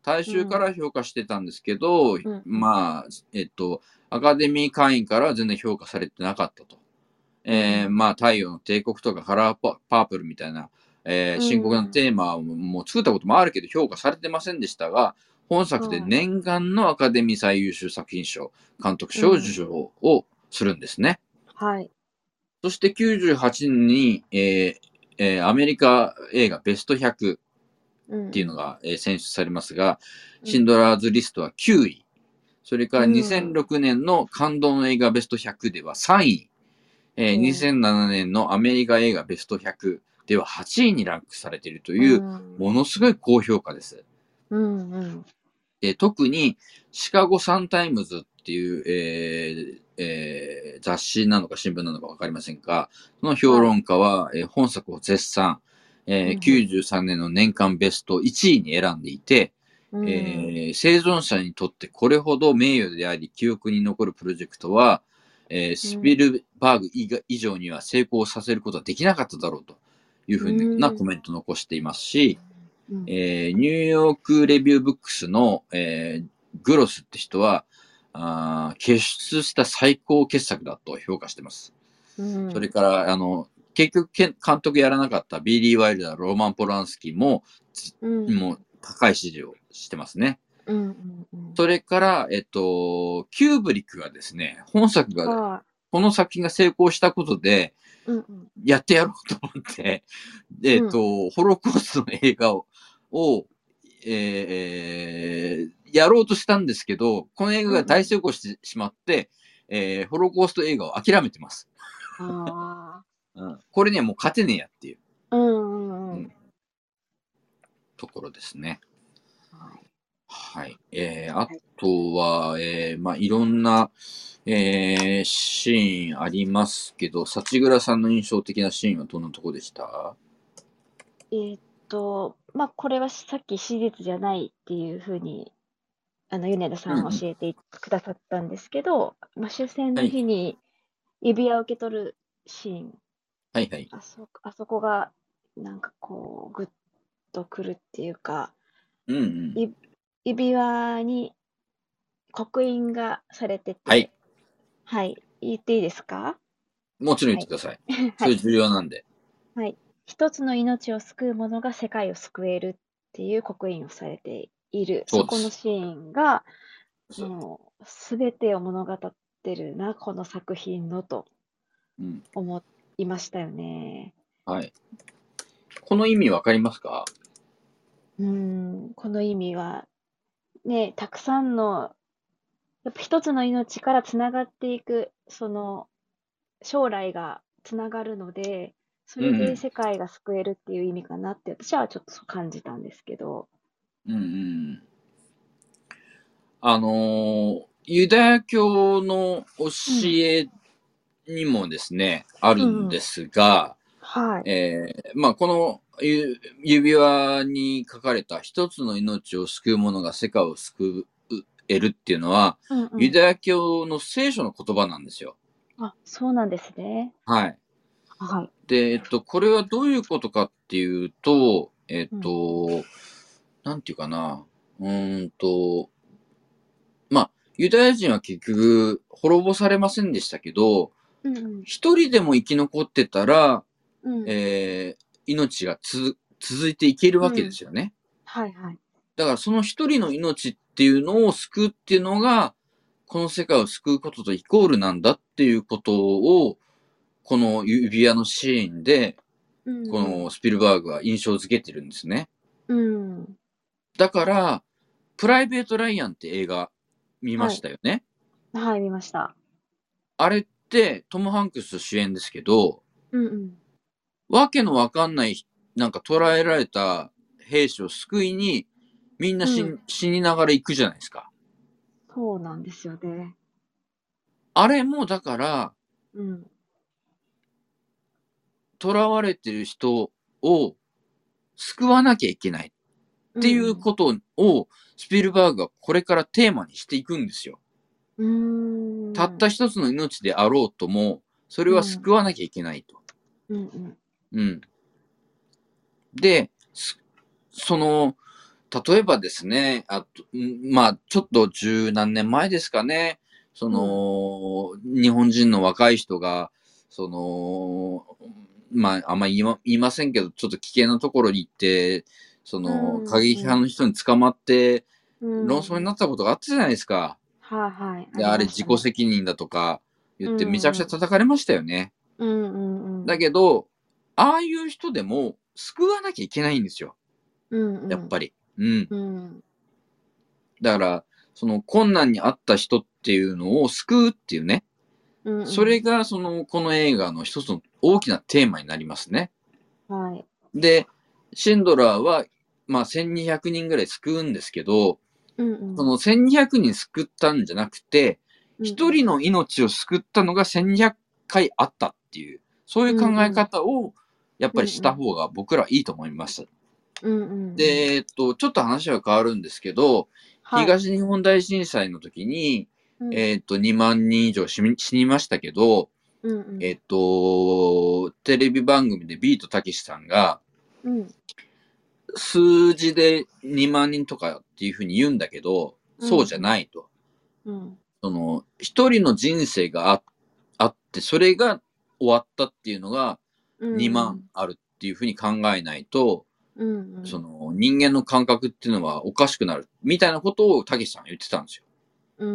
大衆から評価してたんですけど、 うん。 まあ、えっと、アカデミー会員からは全然評価されてなかったと。えー、 うん。 まあ、太陽の帝国とかカラーパパープルみたいな、えー、深刻なテーマをもう作ったこともあるけど評価されてませんでしたが、本作ではい。 念願のアカデミー最優秀作品賞、監督う賞受ん。 賞をするんですね。 はい。 そしてきゅうじゅうはちねんに、えーえーアメリカ映画ベストひゃくうんっていうのが、えー選出されますが、 うん。 シンドラーズリストはきゅうい。それからうん。 にせんろくねんの感動の映画ベストひゃくではさんい。えー、 ほう。 にせんななねんのアメリカ映画ベストひゃくでははちいにランクされているとういう、 ん。 ものすごい高評価です。 うんうん。 で特に、シカゴサンタイムズっていう、えーえー雑誌なのか新聞なのかわかりませんが、その評はい。 論家は、えー本作を絶賛、えー、 うんきゅうじゅうさんねんの年間ベストいちいに選んでいて、 うん。 えー生存者にとってこれほど名誉であり記憶に残るプロジェクトは、えースピルバーグ以外以上には成功させることはできなかっただろうというふううなコん。 メントを残していますし、 うん。 えーニューヨークレビューブックスの、えーグロスって人は、あー傑出した最高傑作だと評価してます。 うそれん。 から、あの、結局けん監督やらなかったビリー・ワイルダー、ローマン・ポランスキーも、 うん。 もう高い支持をしてますね。 うんうんうん。 それから、えっと、キューブリックがですね、本作が、 はこの作品が成功したことで、 い。うんうん。 やってやろうと思って、えっうん。 と、ホロコーストの映画を、をえーやろうとしたんですけど、この映画が大うんうん。 成功してしまって、えーホロコースト映画を諦めてます。 ああ。 うん、これにはもう勝てねえやっていう、 うんうんうん。 うん、ところですね。 はい。 はい。えー、あはい。 とは、えー、まあ、いろんな、えー、シーンありますけど、幸倉さんの印象的なシーンはどんなとこでした？ えーっと、ま、これはさっき史実じゃないっていう風に、あの、米田さんうんうん。 教えてくださったんですけど、ま、終戦のはい。 日に指輪を受け取るシーン、 はいはい。 あそあそこがなんかこうグッとくるっていうか、 うんうん。 い指輪に刻印がされてはい。 て、はい、言っていいですか？ もちろん言はい。 ってください。 はい。 それ重要なんで。 はい。一つの命を救う者が世界を救えるっていう刻印をされている、そこのそうです。 シーンが、 そう。 もう全てを物語ってるな、この作品のとうん。 思いましたよね。 はい。この意味わかりますか？ うーん、この意味は、ね、たくさんの、やっぱ一つの命からつながっていく、その将来がつながるので、それうんうん。 で世界が救えるっていう意味かなって私はちょっとそう感じたんですけど。 うんうん。あのーユダヤ教の教うん。 えにもですね、あるうんうん。 んですが、 はい。 えー、まあ、このゆ指輪に書かれた一つの命を救う者が世界を救えるっていうのは、 うんうん。 ユダヤ教の聖書の言葉なんですよ。 あ、そうなんですね。 はい。 はい。 で、えっと、これはどういうことかっていうと、えっうん。 と、なんていうかな、うーんと、まあ、ユダヤ人は結局滅ぼされませんでしたけど、 うんうん。 一人でも生き残ってたら、 うん。 えー命がつ続いていけるわけでうん。 すよね。 はいはい。 だからその一人の命っていうのを救うっていうのが、この世界を救うこととイコールなんだっていうことを、この指輪のシーンで、こうんうん。 のスピルバーグは印象づけてるんですね。 うん。 だから、プライベート・ライアンって映画見まはい。 したよね。 はい、見ました。 あれってトム・ハンクス主演ですけど、 うんうん。 わけのわかんない、なんか捕らえられた兵士を救いに、みんな死うん。 死にながら行くじゃないですか。 そうなんですよね。 あれもだから、 うん。 囚われてる人を救わなきゃいけないっていううんうん。 ことを、スピルバーグはこれからテーマにしていくんですよ。 うーん。 たった一つの命であろうとも、それはうん。 救わなきゃいけないと。 うんうん。 うん。で、その、 例えばですね、あと、んまあ、ちょっと十何年前ですかね、その、うん、日本人の若い人が、その、まあ、あんま言いま言いませんけど、ちょっと危険なところに行って、その、過激派の人に捕まって、論争になったことがあったじゃないですか。 はいはい。 で、あれ自己責任だとか言って、めちゃくちゃ叩かれましたよね。 うんうんうん。 だけど、ああいう人でも救わなきゃいけないんですよ。 うんうん、 やっぱり。うん。 うん、 だから、その困難にあった人っていうのを救うっていうね。 うんうん、 それが、その、この映画の一つの大きなテーマになりますね。 はい。 で、シンドラーは、まあ、せんにひゃくにんぐらい救うんですけど、 うんうん、 そのせんにひゃくにん救ったんじゃなくて、一、うん、人の命を救ったのがせんにひゃっかいあったっていう、そういう考え方を、やっぱりした方が僕らはいいと思いました。 うんうん、 で、えっと、ちょっと話は変わるんですけど、はい、東日本大震災の時に、うん、えっと、にまんにん以上死にましたけど、うんうん、えっと、テレビ番組でビートたけしさんが、うん、数字でにまんにんとかっていうふうに言うんだけど、そうじゃないと。うんうん、その、一人の人生が あ, あって、それが終わったっていうのがにまんあるっていうふうに考えないと、うんうん、その人間の感覚っていうのはおかしくなるみたいなことをたけしさんは言ってたんですよ。うん、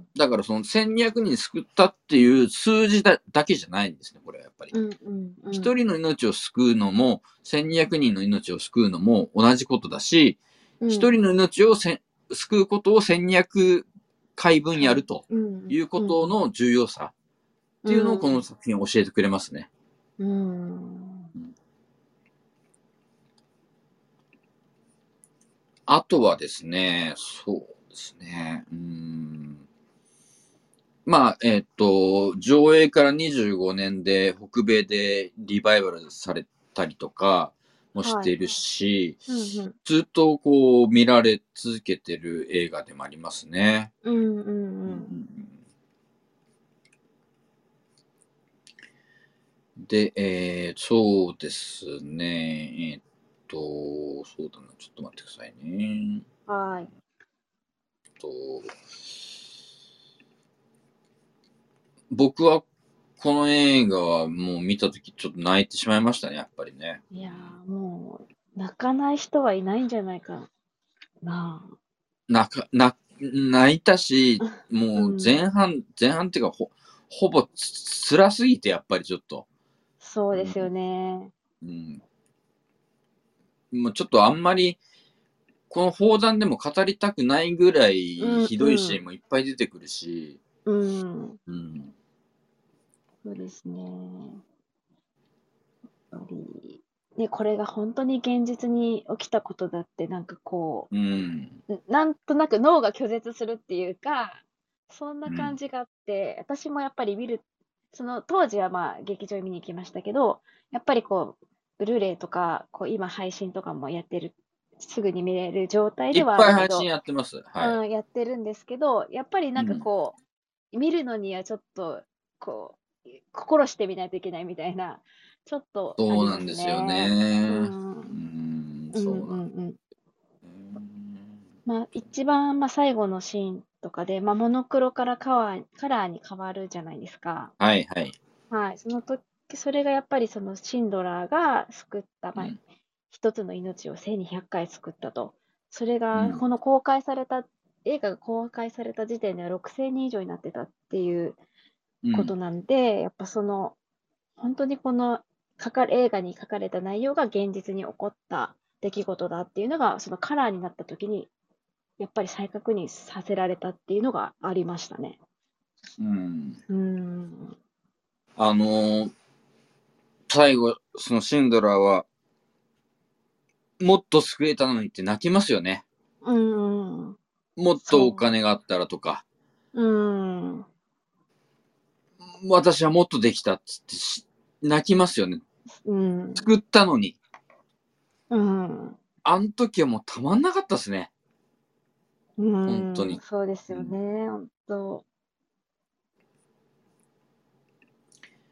だからそのせんにひゃくにん救ったっていう数字 だ, だけじゃないんですね、これはやっぱり。うんうんうん、一人の命を救うのもせんにひゃくにんの命を救うのも同じことだし、一、うん、人の命をせ救うことをせんにひゃくかいぶんやるということの重要さっていうのをこの作品は教えてくれますね。うんうん、あとはですね、そうですね、うーん。まあ、えっと、上映からにじゅうごねんで北米でリバイバルされたりとかもしているし、はいうんうん、ずっとこう見られ続けてる映画でもありますね。うんうんうん、で、えー、そうですね、えっと、そうだな、ちょっと待ってくださいね。はい。と僕はこの映画はもう見たときちょっと泣いてしまいましたね、やっぱりね。 いやーもう、泣かない人はいないんじゃないかな。 泣か、泣、泣いたし、もう前半、うん、前半っていうかほ、ほぼつ辛すぎてやっぱりちょっと。 そうですよね。 うん。うん、もうちょっとあんまり、この砲弾でも語りたくないぐらいひどいシーンもいっぱい出てくるし。うん。うん。 そうですね。やっぱり、ね、これが本当に現実に起きたことだって、なんかこう、うん、なんとなく脳が拒絶するっていうか、そんな感じがあって、うん、私もやっぱり見る、その当時はまあ劇場に見に行きましたけど、やっぱりこう、ブルーレイとか、こう今配信とかもやってる、すぐに見れる状態ではあるけど、いっぱい配信やってます。はい。 うん、やってるんですけど、やっぱりなんかこう、うん、見るのにはちょっと、こう、心してみないといけないみたいな、ちょっとありますね。そうなんですよね。うん。うん、そうなんです。まあ、一番、まあ、最後のシーンとかで、まあ、モノクロからカワーカラーに変わるじゃないですか。 はいはい。 はい。その時、それがやっぱりそのシンドラーが救った、まあ、一つの命をせんにひゃっかい救ったと。それが、この公開された、映画が公開された時点ではろくせんにん以上になってたっていうことなんで、やっぱその、本当にこの書か映画に書かれた内容が現実に起こった出来事だっていうのが、そのカラーになった時に、やっぱり再確認させられたっていうのがありましたね。うん。うーん。 あのー、最後、そのシンドラーは、もっと救えたのにって泣きますよね。うん。もっとお金があったらとか。うん。私はもっとできたっつって泣きますよね。うん。救ったのに。うん。あの時はもうたまんなかったですね。うん。本当に。 そうですよね、うん、本当。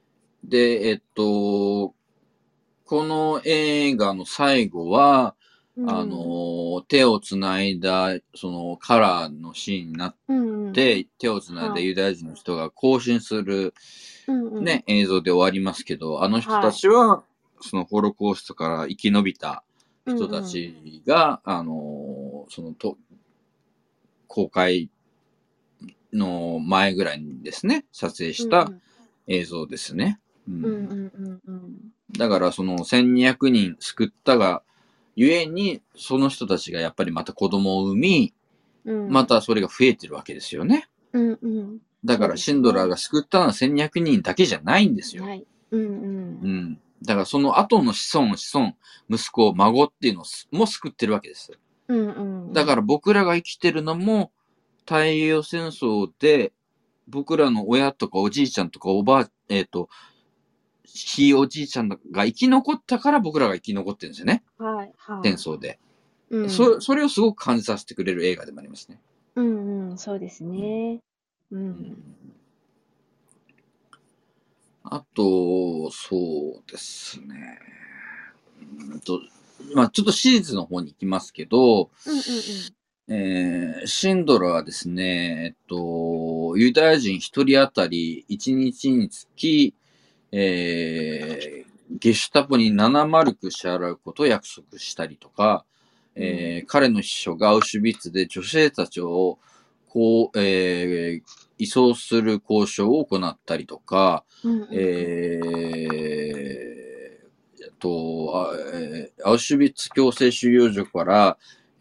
で、えっと、この映画の最後は、 あの、手をつないだ、そのカラーのシーンになって、 うんうん。 手をつないだはい。 ユダヤ人の人が行進する、 うんうん。 ね、映像で終わりますけど、あの人たはい。 ちは、そのホロコーストから生き延びた人たうんうん。 ちが、あの、そのと、公開の前ぐらいにですね、撮影したうんうん。 映像ですね。ううんうんん。 うんうん。 だからそのせんにひゃくにん救ったがゆえに、その人たちがやっぱりまた子供を産み、 うん。 またそれが増えてるわけですよね。 うんうん。 だからそうですね。 シンドラーが救ったのはせんにひゃくにんだけじゃないんですよ。 はい。うんう。 うんん。だからその後の子孫、子孫、息子、孫っていうのも救ってるわけです。 うんうんうん。 だから僕らが生きてるのも、太平洋戦争で、僕らの親とかおじいちゃんとかおばあ、えっ、と、ひいおじいちゃんが生き残ったから僕らが生き残ってるんですよね。 はいはい。 戦争で。 うん。 そ、それをすごく感じさせてくれる映画でもありますね。 うんうん、そうですうんね。ううん、 ん。 あと、そうですね。うんと、まあちょっとシリーズの方に行きますけど、 うんうんうん。 えーシンドラはですね、えっと、ユダヤ人一人当たりいちにちにつき、えーゲシュタポにななマルク支払うことを約束したりとか、えー彼の秘書がアウシュビッツで女性たちをこう、えー移送する交渉を行ったりとか、 うんうんうん。 えーと、あえーアウシュビッツ強制収容所から、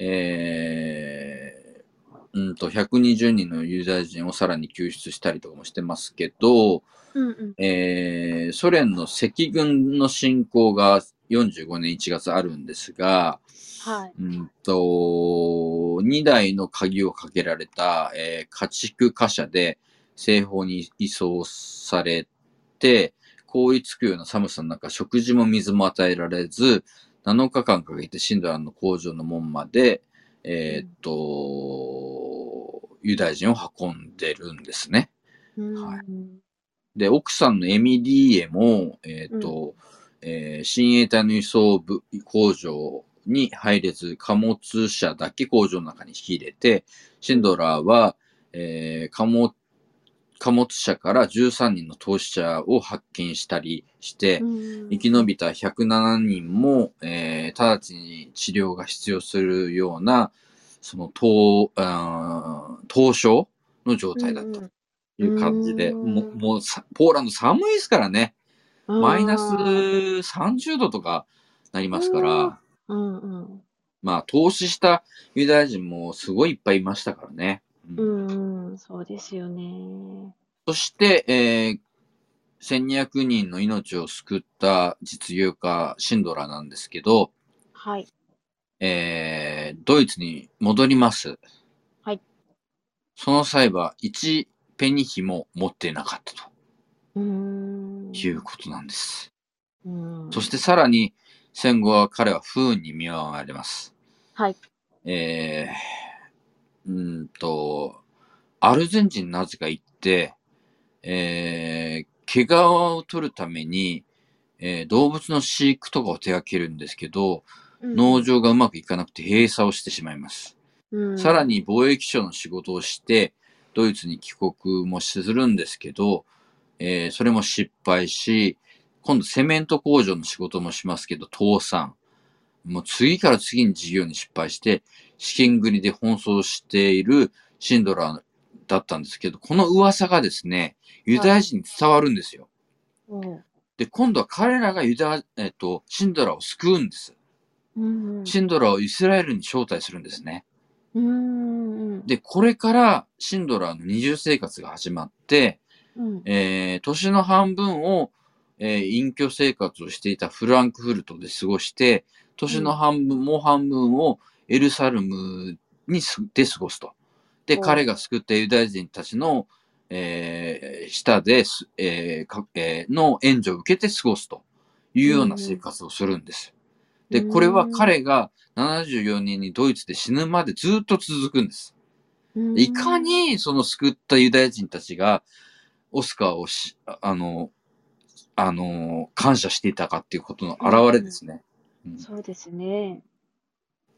えーうんと、ひゃくにじゅうにんのユダヤ人をさらに救出したりとかもしてますけど、 うんうん。 えーソ連の赤軍の侵攻がよんじゅうごねんいちがつあるんですが、 はい。 うんと、にだいの鍵をかけられた、えー家畜貨車で西方に移送されて、凍りつくような寒さの中、食事も水も与えられず、なのかかんかけてシンドラーの工場の門まで、えーっと、ユダヤ人を運んでるんですね。 うはい。 ん。 で、奥さんのエミリーエも、えっ、 うん。 と、えー親衛隊の輸送部工場に入れず、貨物車だけ工場の中に引き入れて、シンドラーは、えー貨物貨物車からじゅうさんにんの投資者を発見したりしうて、生き延ん。 びたひゃくななにんも、えー直ちに治療が必要するような、その、凍、あー凍傷の状う態だとんうん。 いう感じで、もうーん。 もうさポーランド寒いですからね。マイナスああ。 さんじゅうどとかなりますかうわ。 ら、 うんうん。 まあ、投資したユダヤ人もすごいいっぱいいましたからね。ううん、 んうん、そうですよね。 そして、えーせんにひゃくにんの命を救った実業家シンドラーなんですけど、 はい。 えードイツに戻ります。 はい。 その際はいちペニヒも持っていなかったとうーいうん。 ことなんです。 うーそしてん。 さらに戦後は彼は不運に見舞われます。 はい。 えー、うーんと、アルゼンチンになぜか行って、えー、毛皮を取るために、えー動物の飼育とかを手掛けるんですけど、農うんうん。 場がうまくいかなくて閉鎖をしてしまいます。 うさらにん。 貿易商の仕事をして、ドイツに帰国もするんですけど、えーそれも失敗し、今度セメント工場の仕事もしますけど、倒産。もう次から次に事業に失敗して、資金繰りで奔走しているシンドラーだったんですけど、この噂がですね、ユはい。 ダヤ人に伝わるんですよ。 おう。 で、今度は彼らがユダ、えっと、シンドラーを救うんです。 うんうん。 シンドラーをイスラエルに招待するんですね。 うーん、うん。 で、これからシンドラーの二重生活が始まって、 うん。 えー、年の半分を、えー隠居生活をしていたフランクフルトで過ごして、年のうん。 半分、もう半分をエルサルムにすで過ごすと。で、彼おう。 が救ったユダヤ人たちの、えー下で、すえーかえーの援助を受けて過ごすといううようなんうん。 生活をするんです。 うーで、これはん。 彼がななじゅうよねんにドイツで死ぬまでずっと続くんです。 うーいかん。 にその救ったユダヤ人たちがオスカーをし、あの、あの、感謝していたかっていうことのうん表れうん。 ですね。うん、 そうですね。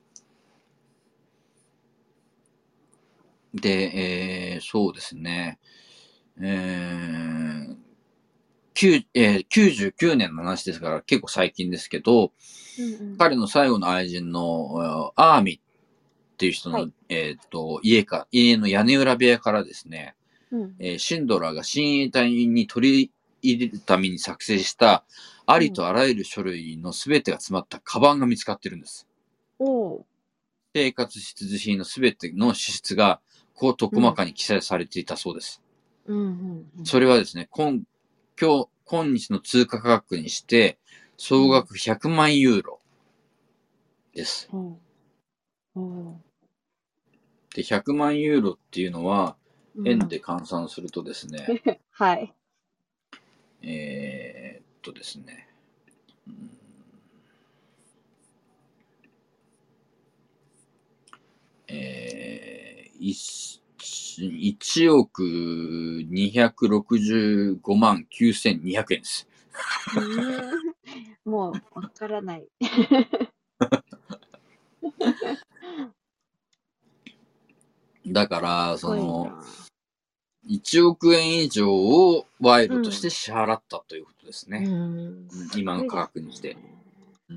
で、えー、そうですね。えーきゅうえー、きゅうじゅうきゅうねんの話ですから結構最近ですけど、 うんうん。 彼の最後の愛人のアーミっていう人の、 はい。 えっ、と、家か、家の屋根裏部屋からですね、 うんえーシンドラーが親衛隊に取り入れるために作成したありとあらゆる書類のすべてが詰まったカバンが見つかってるんです。 おー。 生活必需品のすべての支出が、こうと細かに記載されていたそうです。 うんうんうん。 それはですね、今、今日、今日の通貨価格にして、総額ひゃくまんユーロです。 うんうん。 で、ひゃくまんユーロっていうのは、 うん円で換算するとですね、 はい。 えーっとですね、うんえー、いちおくにひゃくろくじゅうごまんきゅうせんにひゃくえんです。 うーん。もうわからない。 だから、 すごいその、 な。 いちおくえん以上を賄うん。 賂として支払ったということですうね。 ーん、 うんす今の価ごいです格にして。 ね。 うん、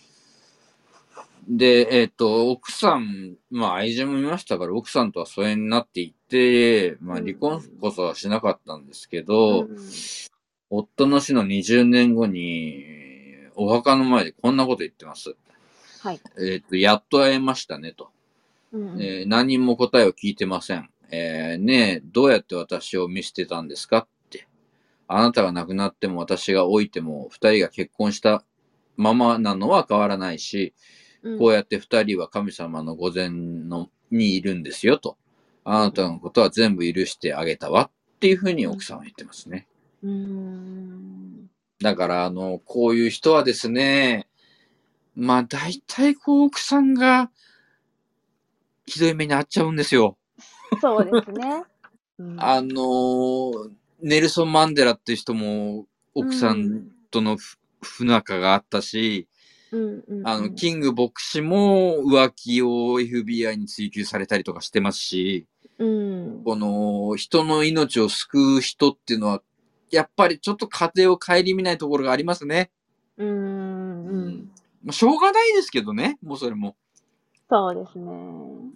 で、えっ、と、奥さん、まあ愛人もいましたから、奥さんとは疎遠になっていて、まあうん離婚こそはしなかったんですけうん。 ど、 うん。 夫の死のにじゅうねんごに、お墓の前でこんなこと言ってます。 はい。 えっ、と、やっと会えましたねと。 うんうん。 えー何人も答えを聞いてません。えーねえ、どうやって私を見捨てたんですかって。あなたが亡くなっても私が老いても二人が結婚したままなのは変わらないし、 うん。 こうやって二人は神様の御前のにいるんですよと。あなたのうんことは全部許してあげたわっていうふうにうん。 奥さんは言ってますね。 うーん。 だから、あの、こういう人はですね、まあ大体こう奥さんがひどい目に遭っちゃうんですよ。 そうですね。うあん。 の、ネルソン・マンデラっていう人もう奥さんん。 との不不仲があったし、 うんうんあの、 うん。 キング牧師も浮気を エフビーアイ に追及されたりとかしてますし、 うん。 この人の命を救う人っていうのは、やっぱりちょっと家庭を顧みないところがありますね。 うーん。 ううん。 ん。 まあ、しょうがないですけどね、もうそれも。 そうですね。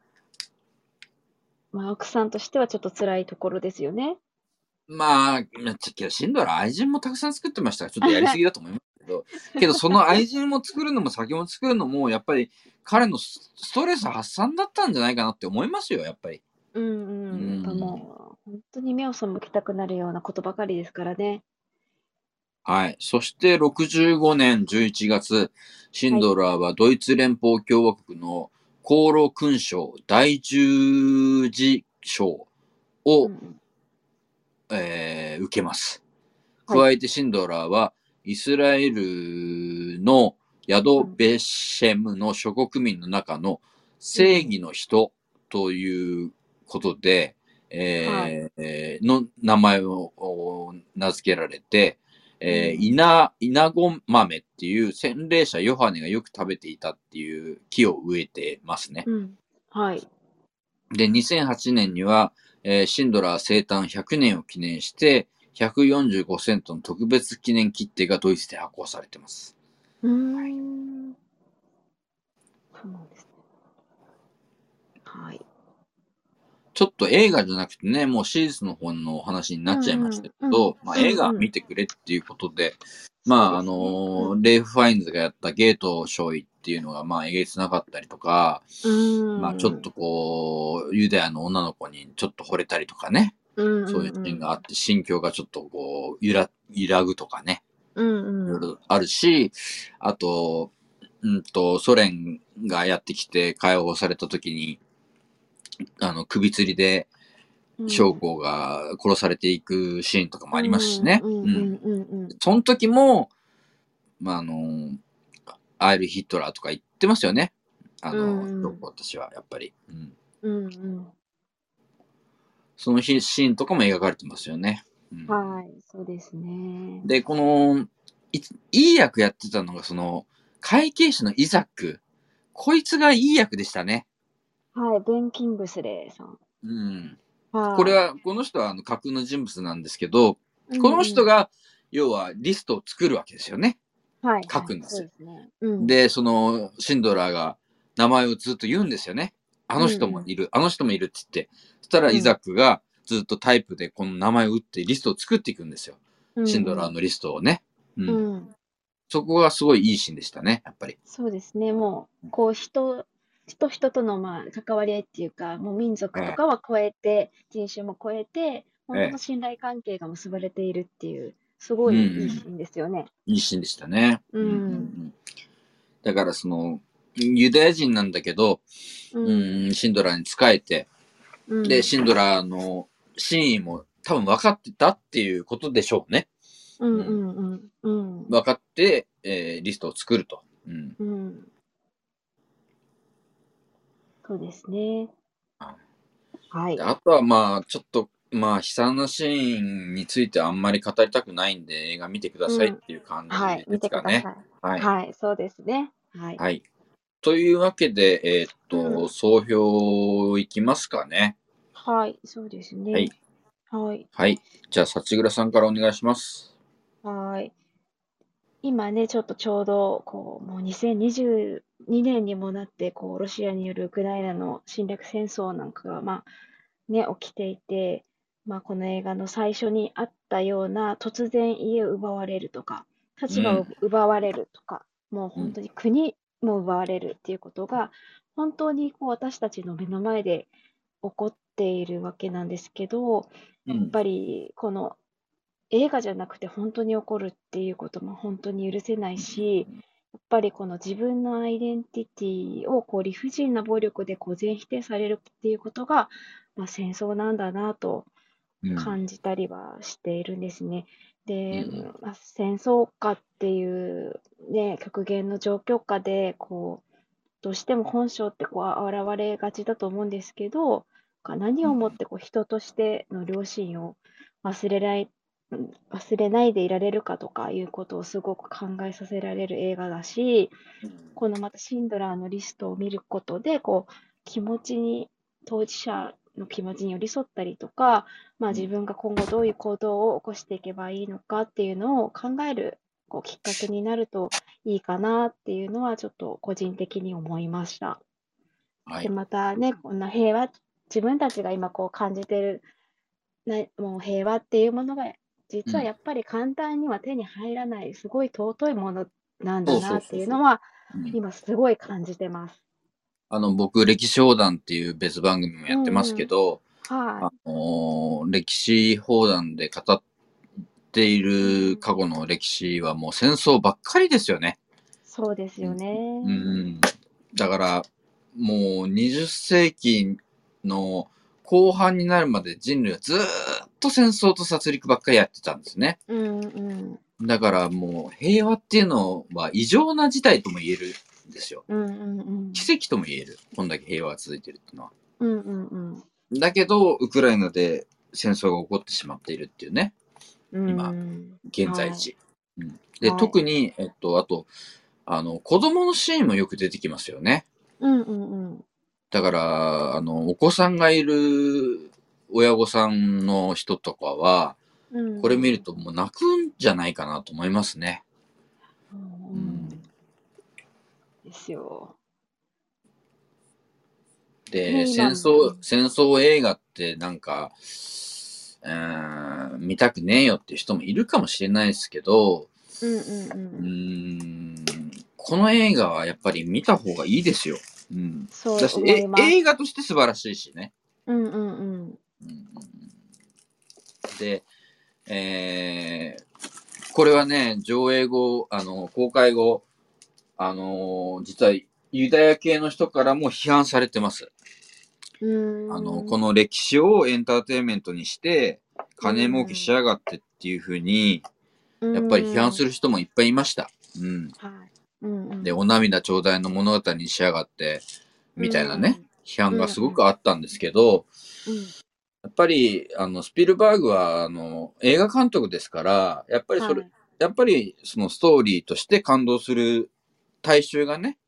まあ、奥さんとしてはちょっと辛いところですよね。 まあ、けどシンドラ愛人もたくさん作ってましたから、ちょっとやりすぎだと思いますけど、けどその愛人も作るのも酒も作るのも、やっぱり彼のストレス発散だったんじゃないかなって思いますよ、やっぱり。 うんううん。やっぱん。 もう、本当に目を背けたくなるようなことばかりですからね。 はい。そしてろくじゅうごねんじゅういちがつ、シンはい。 ドラーはドイツ連邦共和国の功労勲章第十字章を、 うんうん。 えー受けます。 はい。 加えてシンドラーは、イスラエルのヤドうん。 ベシェムの諸国民の中の正うん。 義の人ということで、 はい。 えーの名前を名付けられて、えー、 うん。 イナ、イナゴ豆っていう洗礼者ヨハネがよく食べていたっていう木を植えてますね。 うん。はい。 で、にせんはちねんには、えーシンドラー生誕ひゃくねんを記念して、ひゃくよんじゅうごセントの特別記念切手がドイツで発行されています。 うーはい。 ん。そうなんですね。はい。 ちょっと映画じゃなくてね、もうシリーズの方のお話にうなっちゃいましたんうん。うん。 けど、まあ映画うんうん。 見てくれっていうことで、 そうまああですね。うの、 ん。 レイフ・ファインズがやったゲート少尉っていうのがまあえげつなかったりとか、 うーん。 まあちょっとこう、ユダヤの女の子にちょっと惚れたりとかね、 うんうそういうんうん。 シーンがあって、心境がちょっとこう、揺ら、揺らぐとかね、 うんうん。 いろいろあるし、あと、うんと、ソ連がやってきて解放された時に、あの、首吊りで、 うん。 将校が殺されていくシーンとかもうありますしんうね。うん。 んうんうんうん。 その時も、まあ、あの、アイル・ヒットラーとか言ってますよね。あうの、将んうん。 校たちは、やっぱり。うん。 うんうん。 そのシーンとかも描かれてますよね。うん。 はい、そうですね。 で、この、い、いい役やってたのが、その、会計士のイザック。こいつがいい役でしたね。 はい、ベン・キングスレーさん。 うん。 はい。 これは、この人はあの架空の人物なんですけど、 うんこの人うん。 が、要はリストを作るわけですよね。 はいはい、 書くんですよ。 そうですね。うん。 で、その、シンドラーが名前をずっと言うんですよね。あのうんうん。 人もいる、あの人もいるって言って。そしたらイザッうん。 クがずっとタイプでこの名前を打ってリストを作っていくんですよ。 うんシンドうん。 ラーのリストをね。う。 うんん。 そこがすごいいいシーンでしたね、やっぱり。 そうですね。もう、こう、人、人人との、まあ、関わり合いっていうか、もう民族とえかは超えて、人種も超えて、 え、え本当のえ。 信頼関係が結ばれているっていう、すごうんういいいシん。 ーンですよね。 いいシーンでしたね。 ううんうんうん。 ん。だからその、ユダヤ人なんだけど、 ううん。 ん、シンドラーに仕えて、で、 うん。 シンドラーの真意も多分分かってたっていうことでしょうね。 うんううん。 んうん。うん。 分かって、えーリストを作ると。うん。 うん。そうですね。はい。 であとはまあ、ちょっと、まあ、悲惨なシーンについてはあんまり語りたくないんで、映画見てくださいっうん。 ていう感はい。 じで見すかね。 てください。 はい。 はい。そうですね。はい。 はい。というわけで、えーっと、 うん。 総評いきますかね。 はい。そうですはい。 ね。はい。 はい。じゃあ、幸倉さんからお願いします。 はい。今ね、ちょっとちょうど、こう、もうにせんにじゅうにねんにもなって、こう、ロシアによるウクライナの侵略戦争なんかが、まあ、ね、起きていて、まあ、この映画の最初にあったような、突然家を奪われるとか、立場をうん。 奪われるとか、もううん。 本当に国も奪われるっていうことが、本当にこう私たちの目の前で起こっているわけなんですけど、 うん。 やっぱりこの映画じゃなくて本当に起こるっていうことも本当に許せないし、やっぱりこの自分のアイデンティティをこう理不尽な暴力でこう全否定されるっていうことが、まあ、戦争なんだなとうん。 感じたりはしているんですね。で、 うん。 まあ、戦争下っていうね、極限の状況下で、こう、どうしても本性ってこう現れがちだと思うんですけど、何をもってこう人としての良心を忘れない、うん忘れないでいられるかとかいうことをすごく考えさせられる映画だし、このまたシンドラーのリストを見ることで、こう、気持ちに、当事者の気持ちに寄り添ったりとか、まあ自分が今後どういう行動を起こしていけばいいのかっていうのを考える、こう、きっかけになるといいかなっていうのはちょっと個人的に思いました。で、 はい。 またね、こんな平和、自分たちが今こう感じてる、ね、もう平和っていうものが、 うん。 実はやっぱり簡単には手に入らない、すごい尊いものなんだそうそなっうそうそう。 ていうのは、 うん。 今すごい感じてます。 あの、僕、歴史砲弾っていう別番組もうやってますんうん。 けど、あはい。 のー歴史砲弾で語っているうん。 過去の歴史はもう戦争ばっかりですよね。 そうですようん。うね。 ん。だから、もうにじゅっ世紀の後半になるまで人類はずーっと戦争と殺戮ばっかりやってたんですね。 うんうん。 だからもう平和っていうのは異常な事態とも言えるんですよ。 うんうんうん。 奇跡とも言える。こんだけ平和が続いてるっていうのは。 うんうんうん。 だけど、ウクライナで戦争が起こってしまっているっていうね。 う今、 ん。はい。 現在地。うん、で、 はい。 特に、えっと、あと、あの、子供のシーンもよく出てきますよね。 うんうんうん。 だから、あの、お子さんがいる親御さんの人とかは、 うこれ見るん。 ともう泣くんじゃないかなと思いますね。 うんうん、 うん。ですよ。 で、 ね、今も。う戦争、 ん。 戦争映画ってなんか、うーん、見たくねえよっていう人もいるかもしれないですけど、 うんうんううん。 ーん、この映画はやっぱり見た方がいいですよ。うん。だし、 そう思いえ、 ます。 映画として素晴らしいしね。 うんうんうん。 うん、で、えー、これはね、上映後、あの、公開後、あの、実はユダヤ系の人からも批判されてます。 うあの、 ーん。 この歴史をエンターテインメントにして、 う金儲けしん。 やがってっていう風に、 うやっぱり批判すん。 る人もいっぱいいました。うん。 はい。うんうで、おん。 涙頂戴の物語にしやがって、 うみたいなね、 ん。 批判うんうん。 がすごくあったんですけど、 うん。 やっぱり、あの、スピルバーグは、あの、映画監督ですから、やっぱりそれ、 はい。 やっぱりそのストーリーとして感動する大衆がね、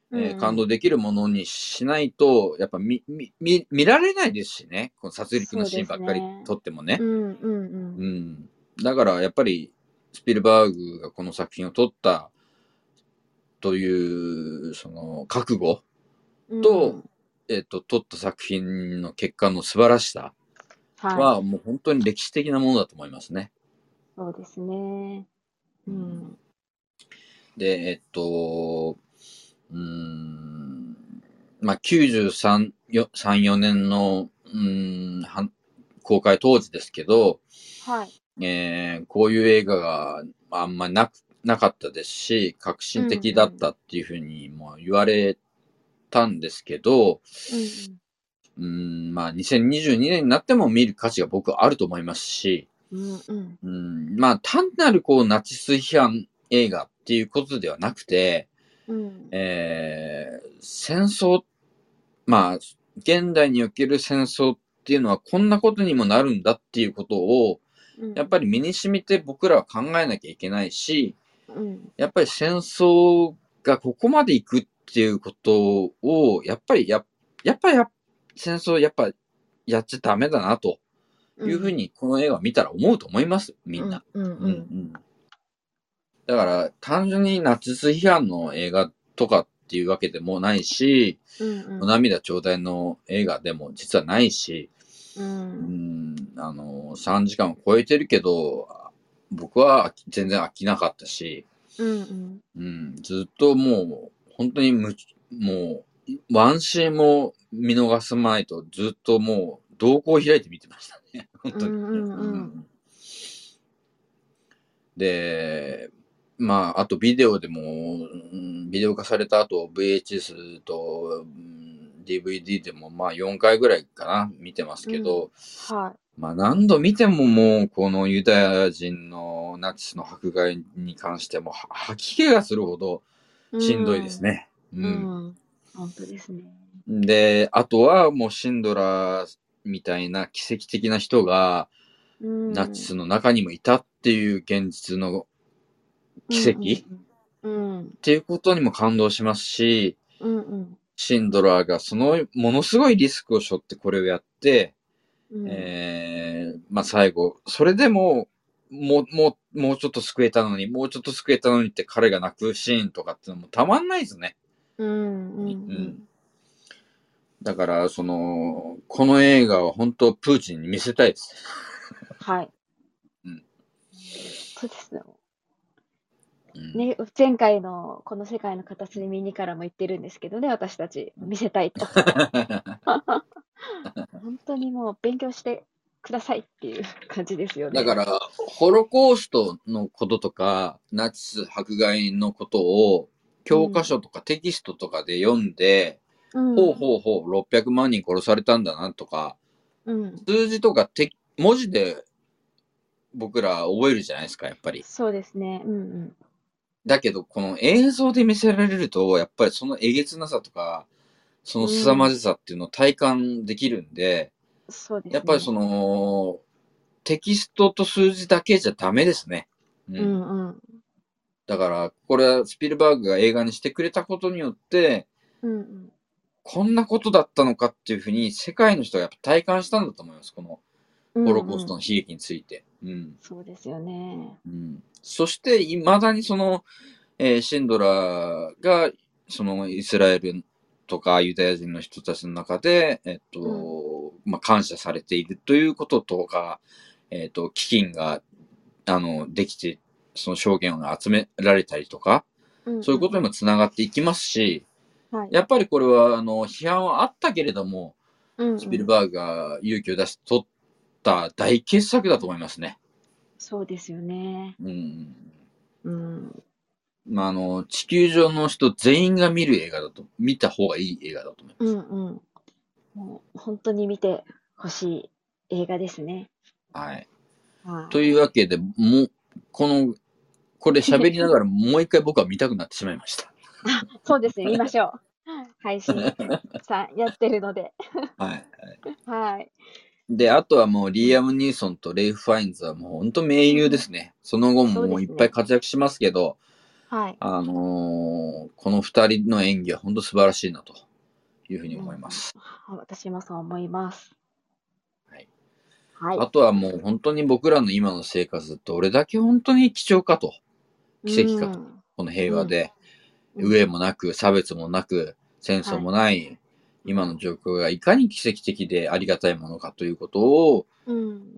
えー感動できるものにしないと、やっぱ見、見、見見られないですしね。この殺戮のシーンばっかり撮ってもね。 うんうんう。 うんん。だからやっぱり、スピルバーグがこの作品を撮ったという、その、覚悟と、 うんえっと、撮った作品の結果の素晴らしさはい。 は、もう本当に歴史的なものだと思いますね。 そうですね。うん。 で、えっと、うーん、まあ、きゅうじゅうさん、よさん、よねんの、うーん、は公開当時ですけど、 はい。 えーこういう映画があんまなく、なかったですし、革新的だったっていうふうにも言われたんですけど、 うんうん。 うーん、まあ、にせんにじゅうにねんになっても見る価値が僕はあると思いますし、 うんうん。 うん、まあ、単なるこう、ナチス批判映画っていうことではなくて、 うん。 えー戦争、まあ、現代における戦争っていうのはこんなことにもなるんだっていうことを、 うんやっぱり身に染みて僕らは考えなきゃいけないし、 うん。 やっぱり戦争がここまで行くっていうことを、やっぱりや、やっぱりや、戦争やっぱやっちゃダメだなというふうにこの映画を見たら思うと思います、みんな。 うんうんうんうん。だから単純にナチス批判の映画とかっていうわけでもないし、 うんうん。 涙ちょうだいの映画でも実はないし、 う。 うんん、あの、さんじかんを超えてるけど、僕は全然飽きなかったし、 うんうん。 うん、ずっともう、本当にむ、もう、ワンシーンも見逃すまいと、ずっともう、動向を開いて見てましたね。本当に。 うんうんううん。 んで、まあ、あとビデオでも、うんビデオ化された後、ブイエイチエス と、うん ディーブイディー でも、まあよんかいぐらいかな、見てますけど、 はまあ何度見てももう、このユダヤ人のナチスの迫害に関しても、は吐き気がするほどい。 しんどいですね。う。 うんん。本当ですね。 で、あとはもうシンドラーみたいな奇跡的な人が、 うん。 ナチスの中にもいたっていう現実の奇跡、 うんうん。 っていうことにも感動しますし、 うんうん。 シンドラーがそのものすごいリスクを背負ってこれをやって、 うん。 えー、まあ最後、それでも、もう、もう、もうちょっと救えたのに、もうちょっと救えたのにって彼が泣くシーンとかってのもたまんないですね。 うんううんん。 だから、その、この映画は本当プーチンに見せたいです。 はい。 うんそうですね。 うんね、前回のこの世界の片隅にからも言ってるんですけどね、私たち。見せたいと。本当にもう勉強してくださいっていう感じですよね。 だから、ホロコーストのこととか、ナチス迫害のことを、教科書とかテキストとかで読んで、 うん、 ほうほうほう、ろっぴゃくまん人殺されたんだなとか、 うん。 数字とかて文字で僕ら覚えるじゃないですか、やっぱり。 そうですね。うんうん。 だけど、この映像で見せられると、やっぱりそのえげつなさとか、その凄まじさっていうのを体感できるんで、 そうですね。 やっぱりその、テキストと数字だけじゃダメですね。うん。 うんうん。 だから、これはスピルバーグが映画にしてくれたことによって、 うんうん。 こんなことだったのかっていうふうに世界の人がやっぱ体感したんだと思います。このホロコーストの悲劇について。うん。 そうですよね。 うん、そして、いまだにその、えーシンドラーが、そのイスラエルとかユダヤ人の人たちの中で、えっと、 うんまあ、感謝されているということとか、えっと、基金が、あの、できて、その証言を集められたりとか、 うんそういうことにもつながっていきますし、 はい。 やっぱりこれは、あの、批判はあったけれども、 うんスピルバーグが勇気を出して撮った大傑作だと思いますね。 そうですよね。 うん。 うん。 まあ、あの、地球上の人全員が見る映画だと、見た方がいい映画だと思います。 うんうん。もう本当に見てほしい映画ですね。 はい。 はい。 というわけで、もう、この、これ喋りながらもう一回僕は見たくなってしまいました。 あ、そうですね、見ましょう。配信さんやってるので。 はい。 はい。 で、あとはもうリーアム・ニーソンとレイフ・ファインズはもう本当盟友ですね。その後ももういっぱい活躍しますけど、 はい。 あのーこの二人の演技は本当素晴らしいなというふうに思います。 うん、私もそう思います。 はい。 はい。 あとはもう本当に僕らの今の生活どれだけ本当に貴重かと、奇跡かと、 うん。 この平和で、 うん飢えもなく、差別もなく、戦争もない、今の状況がいかに奇跡的でありがたいものかということを、 うん。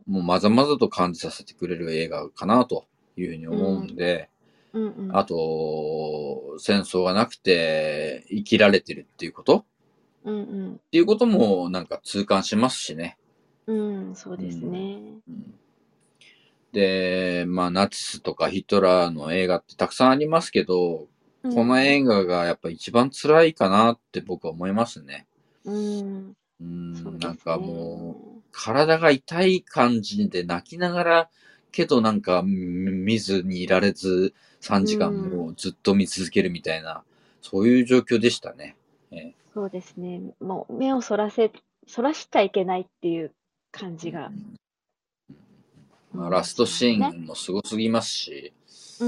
もうまざまざと感じさせてくれる映画かなというふうに思うんで、 うんうん。 あと、戦争がなくて生きられてるっていうことっうんうん。 ていうこともなんか痛感しますしね。 うん、そうですね。 うんで、まあナチスとかヒトラーの映画ってたくさんありますけど、 うんこの映画がやっぱ一番辛いかなって僕は思いますね。 うん。 うそん、 うなんかですね。 もう、体が痛い感じで泣きながら、けどなんかん見ずにいられずさんじかんもうずっと見続けるみたいな、そういう状況でしたね。えそうですね。もう目をそらせそらしちゃいけないっていう感じが、 まあ、 うん、 ラストしますね。 シーンもすごすぎますし、 うん。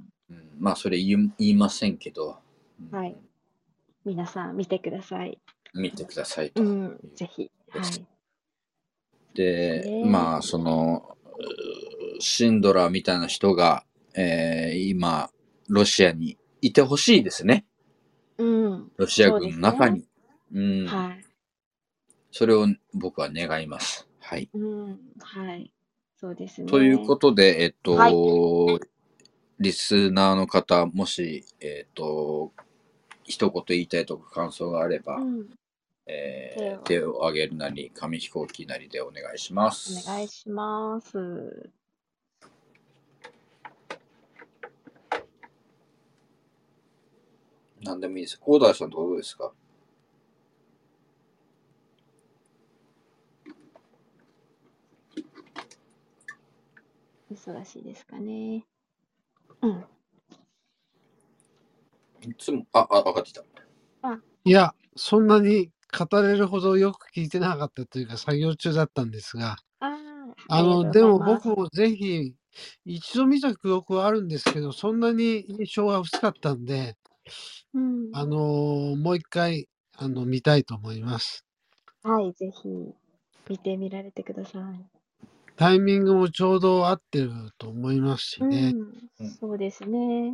うん、まあそれ言い言いませんけど、うんはい。皆さん見てください。 見てくださいと。 うん、ぜひ。はい。 で、 ね。 まあその、シンドラーみたいな人が、えー今、ロシアにいてほしいですね。 うん。 ロシア軍のそうですね。 中に。うん。 はい。 それを僕は願います。はい。 うん。はい。そうですというね。 ことで、えっはい。 と、リスナーの方、もし、えっと、一言言いたいとか感想があれば、 うん。手えーを手を挙げるなり、紙飛行機なりでお願いしまお願いす。 します。 何でもいいです。コーダーさんどうですか？ 忙しいですかね。うん。 いつも、あ、あ、分かってた。 あ、 いや、そんなに語れるほどよく聞いてなかったというか、作業中だったんですが、 ああ、ああの、 りがとうごでもざいます。 僕もぜひ、一度見た記憶はあるんですけど、そんなに印象が薄かったんで、 うん。 あのーもう一回、あの、見たいと思います。 はい、ぜひ見てみられてください。 タイミングもちょうど合ってると思いますしうね。 ん、そうですね。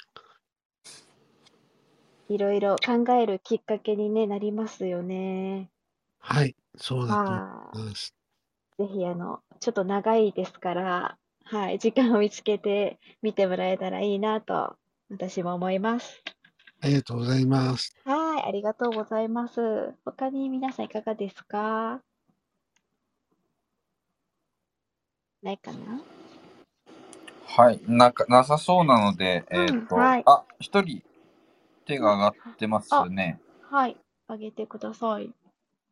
いろいろ考えるきっかけに、ね、なりますよね。 はい、そうだとは思います。 い。ぜひあの、ちょっと長いですから、はい、時間を見つけて見てもらえたらいいなと、私も思います。 ありがとうございます。 はい、ありがとうございます。他に皆さんいかがですか？ないかな？ はい。なか、なさそうなので、えうん、 っと、 はい。 あ、一人手がうん、 上がってますあ、 ね。 はい、あげてください。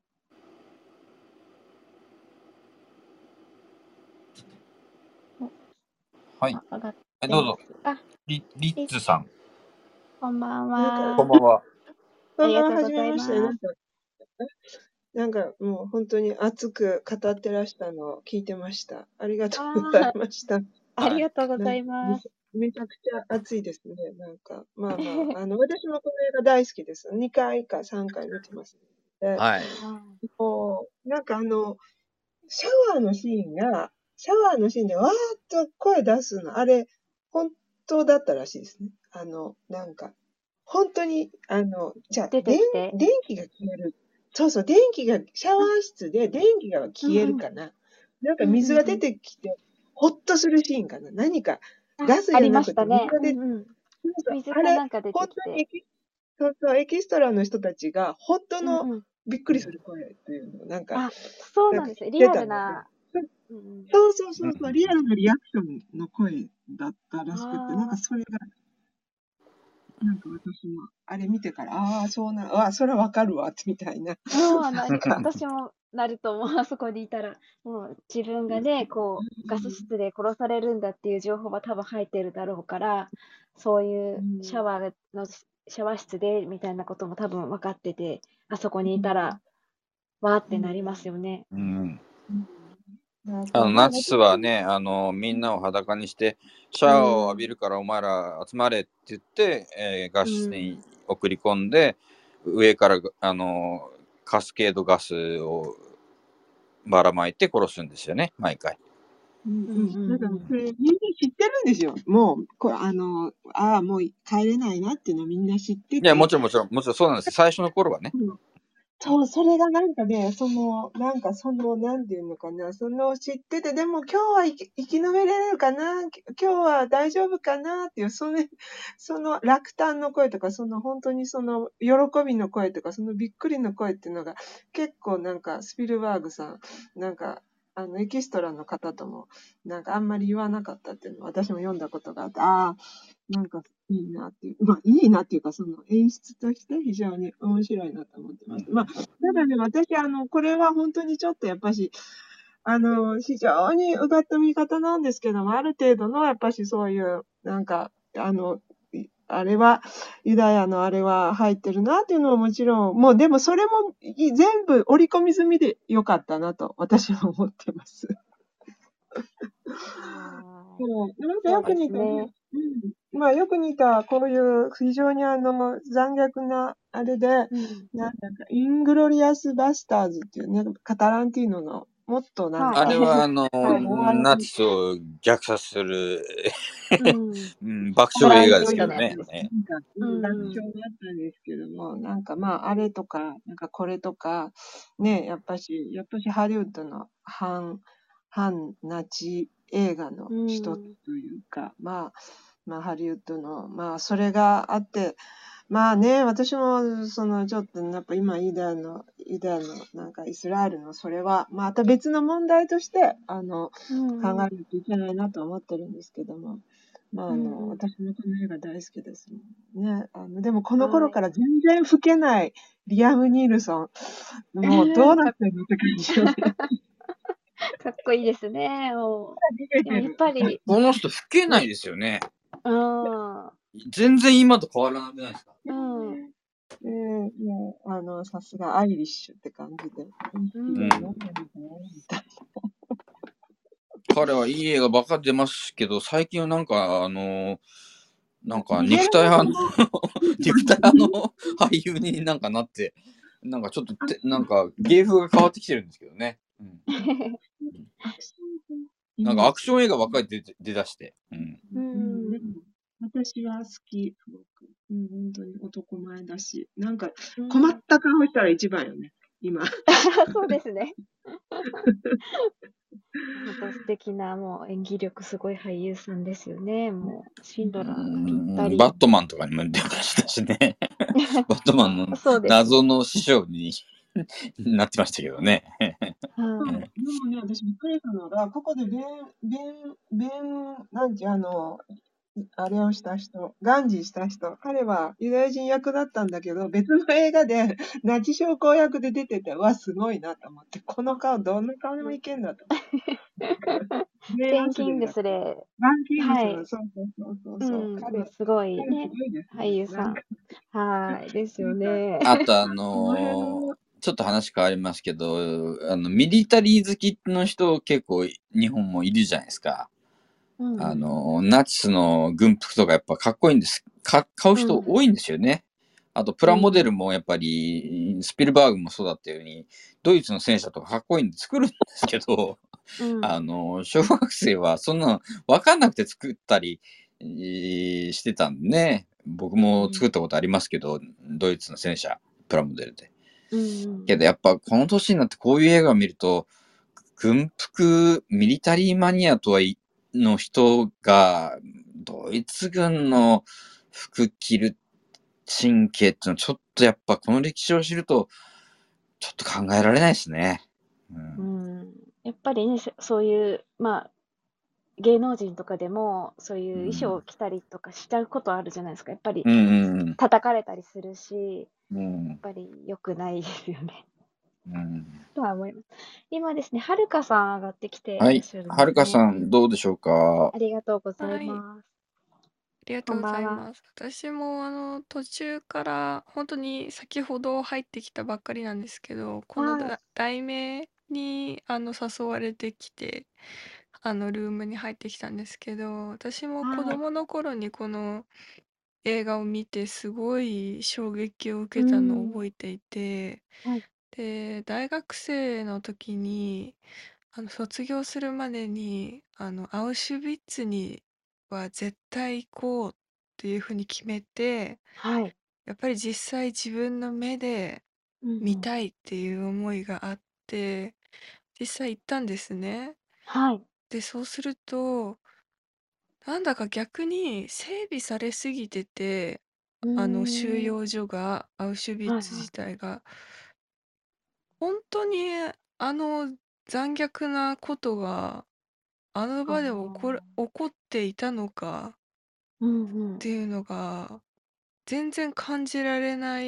お、 はい。 あ、上がっえ、どうぞ。 てます。あ、 リ、リッいツさん。 こんばんなんか、 は。 こんばんは。 あこんばんは、 りがとうござはじめまして。ないます。 んか、なんかもう本当に熱く語ってらしたのを聞いてました。ありがとうございあました。 あ、ありはい。 がとうござなんいます。 めちゃくちゃ熱いですね。なんか、まあまあ、あの、私もこの映画大好きです。にかいかさんかい見てます。で、 はい。 はもう、なんかあの、シャワーのシーンが、シャワーのシーンでわーっと声出すの、あれ、本当だったらしいですね。あの、なんか、本当に、あの、じゃあ、 出て電、 きて。 電気が消える。そうそう、電気が、シャワあ、 ー室で電気がうん消えうん。 るかな。なんかうんうん水が出うん。 てきて、ほっとするシーンかな。何か、 あ、 ガスありじゃなくましたね。 て水が出て、 うんうん。 そうそう、 水あれ、 かなんか出本てきて。 当にエキ、そうそう、エキストラの人たちが、本当のうんうん。 びっくりする声っていうのを、なんか、 あ、そうなんか聞なんですね。リアいてたので、 ルな。うんうん。 そうそううんそうそう、リアルなリアクションの声だったらしくて、なんかあそれが、なんか私も、あれ見てから、ああ、そうな、ああ、それはわかるわ、ってみたいな。 あ、もうなり、 なんか、 私もなると思う。あそこにいたら。もう自分がね、こう、ガス室で殺されるんだっていう情報は多分入ってるだろうから、そういうシャワーの、シャワー室でみたいなことも多分分かってて、あそこにいたら、わーってなりますよね。 うん。 あのナチスはね、あのみんなを裸にしてシャワーを浴びるからお前ら集まれって言って、えー、ガス室に送り込んで、上からあのカスケードガスをばらまいて殺すんですよね、毎回。 うんうん、だからそれみんな知ってるんですよ。もうこあのああもう帰れないなっていうのはみんな知ってて。 いやもちろんもちろんもちろんそうなんです。最初の頃はね。 うんそう、それがなんかね、その、なんかその、なんていうのかな、その知ってて、でも今日は生き生き延びれるかな、き今日は大丈夫かなっていう、その、その落胆の声とか、その本当にその喜びの声とか、そのびっくりの声っていうのが、結構なんかスピルバーグさん、なんか、あの、エキストラの方とも、なんかあんまり言わなかったっていうのを私も読んだことがあって、ああ、なんかいいなっていう、まあいいなっていうか、その演出として非常に面白いなと思ってます。まあ、ただね、私、あの、これは本当にちょっとやっぱし、あの、非常にうがった見方なんですけども、ある程度のやっぱしそういう、なんか、あの、いあれは、ユダヤのあれは入ってるなっていうのはもちろん、もうでもそれもい全部織り込み済みでよかったなと私は思ってます。 はそうなんかい。そうでよく似た、 すね。 うん、まあよく似たこういう非常にあの残虐なあれで、 うん。 なんだかイングロリアス・バスターズっていうね、カタランティーノのもっとなんはい。 あか、 れはあの、 はい。 ナチスを虐殺する、 うん。 うん爆タラン笑映画でティーノすけどね。 のやつですね。 ねなんか、 ううん、楽ん。 勝だったんですけども、なんかまあ、あれとか、なんかこれとか、ね、やっぱし、やっぱしハリウッドの反、反ナチ映画のう一つん。 というか、まあ、まあ、ハリウッドの、まあ、それがあって、まあね、私も、その、ちょっと、やっぱ今、ユダヤの、ユダヤの、なんか、イスラエルの、それは、また別の問題として、あの、 うん。 考えないといけないなと思ってるんですけども、まあ、あうん。 の、 うん。 私もこの映画大好きですもんね。あの、でもこの頃はい。 から全然老けないリアム・ニールソン、もうどうなかってんのって感じよね。 かっこいいですね。もう。でもやっ出てる。 ぱり、 この人老けないですよね。 うん。 全然今と変わらなくないですか？ うん。 えー、もう、あの、さすがアイリッシュって感じで、ウイスうキーん。 が飲んでるのみたい彼はいい映画ばっかり出ますけど、最近はなんか、あの、なんな。 か逃げ肉体派のられるの肉体派の俳優になんかなって、なんかちょっとて、なんか芸風が変わってきてるんですけどね。うん、 アクションイなんメージ。 かアクション映画ばっかり出て出だして。うん、 ううん、でん。 も、私は好き、すごく。うん、本当に男前だし、なんか、 う困っん。 た顔したら一番よね、今。 そうですね。本当素敵な、もう演技力すごい俳優さんですよね。もう、シンドラーぴったうんり。 バットマンとかにも出ましたしね。バットマンのそうですね。 謎の師匠になってましたけどね。 はそう、 い。 でもね、私びっくりしたのが、ここで弁、弁、弁、なんていう、あの、あれをした人、ガンジーした人、彼はユダヤ人役だったんだけど、別の映画でナチ将校役で出てて、うわ、すごいなと思って、この顔、どんな顔にもいけんだと思って。ベベン・ン・アスキングレイだった。 スレバン・キングスの、 はい。 そうそうそうそううそう、 ん。 彼、 もうすごい彼すね、 ごいです俳ね。 優さん。 なんか、 はい。ですよなんか、 ね。 あとあこの辺のの、 ちょっと話変わりますけど、あの、ミリタリー好きの人結構日本もいるじゃないですか。 うん。 あの、ナチスの軍服とかやっぱかっこいいんです。か買う人多いんですよね。あと、プラモデルもやっぱり、スピルバーグもそうだったように、ドイツの戦車とかかっこいいんで作るんですけど、 うん。 あの、小学生はそんなの分かんなくて作ったり、えーしてたんでね。僕も作ったことありますけど、ドイツの戦車、プラモデルで。 うん。 けどやっぱこの年になってこういう映画を見ると、軍服、ミリタリーマニアとはいの人が、ドイツ軍の服着る神経っていうのはちょっとやっぱこの歴史を知ると、ちょっと考えられないですね。う。 うんん。やっぱりね、そそういう、まあ、芸能人とかでも、そういう衣装を着たりとかしちゃうことあるじゃないですか。やっぱりうんうん叩かれたりするし、 うん。うやっん。 ぱり良くないですよね。 うん。 とは思います。今ですね、はるかさん上がってきてはい。 いらっしゃるんはるかですね。 さん、どうでしょうか？ ありがとうござはい、あいます。 りがとうんごこばんは。 ざいます。私もあの途中から本当に先ほど入ってきたばっかりなんですけど、このはい。 だ題名にあの誘われてきて、あのルームに入ってきたんですけど、私も子はい。 供の頃にこの映画を見てすごい衝撃をう受けたのをん。 覚えていて、 はい。 で、大学生の時に、あの卒業するまでに、あのアウシュビッツには絶対行こうっていうふうに決めて、 はい。 やっぱり実際自分の目でうんう見ん。 たいっていう思いがあって、実際行ったんですね。 はい。 で、そうすると、なんだか逆に整備されすぎてて、 うあの収ーん。 容所が、アウシュビッツはいはい。 自体が、本当にあの残虐なことがあのあ場で起こるあ。 起こっていたのかうんうん。 っていうのが全然感じられない、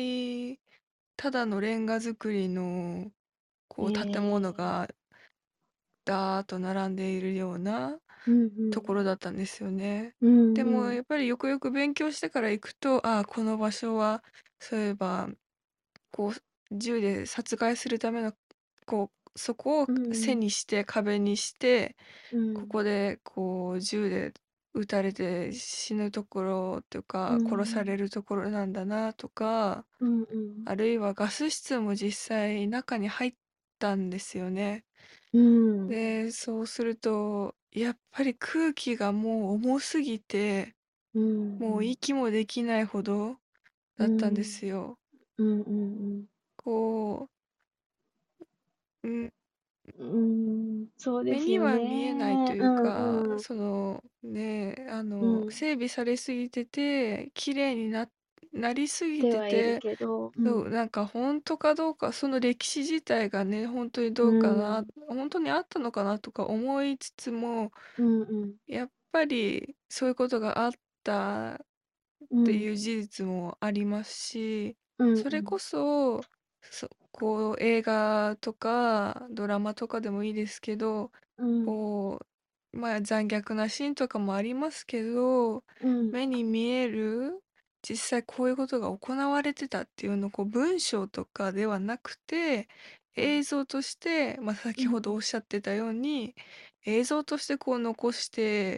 ただのレンガ造りのこう建物ええ。 がダーッと並んでいるようなうんうとこん。 ろだったんですよね。 うんでもうん。 やっぱりよくよく勉強してから行くと、ああ、この場所はそういえばこう銃で殺害するためのこうそこをうんう背ん。 にして壁にして、こうん。 こでこう銃で撃たれて死ぬところっていううか殺さんれるところなんだなとか、 うんうんあるいはガス室も実際中に入ったんですよね。 うんで、そうするとやっぱり空気がもう重すぎて、 うんもう息もできないほどうだったんでんすよ。 うんうんこう、んうんそうで目にすよは見えないとね。ういうか、 んうんそのね、あうの、 ん。 整備されすぎてて、綺麗にな、なりすぎではいるてて、 けど、うそう、 ん。 なんか本当かどうか、その歴史自体がね、本当にどううかな、 ん。 本当にあったのかなとか思いつつも、 うんうん。 やっぱりそういうことがあったっうん。 ていう事実もありますし、 うんうん。 それこそ、そこう映画とかドラマとかでもいいですけど、 うん。 こう、まあ残虐なシーンとかもありますけど、 うん。 目に見える、実際こういうことが行われてたっていうのをこう文章とかではなくて、映像として、まあ、 うん。 先ほどおっしゃってたように、映像としてこう残して、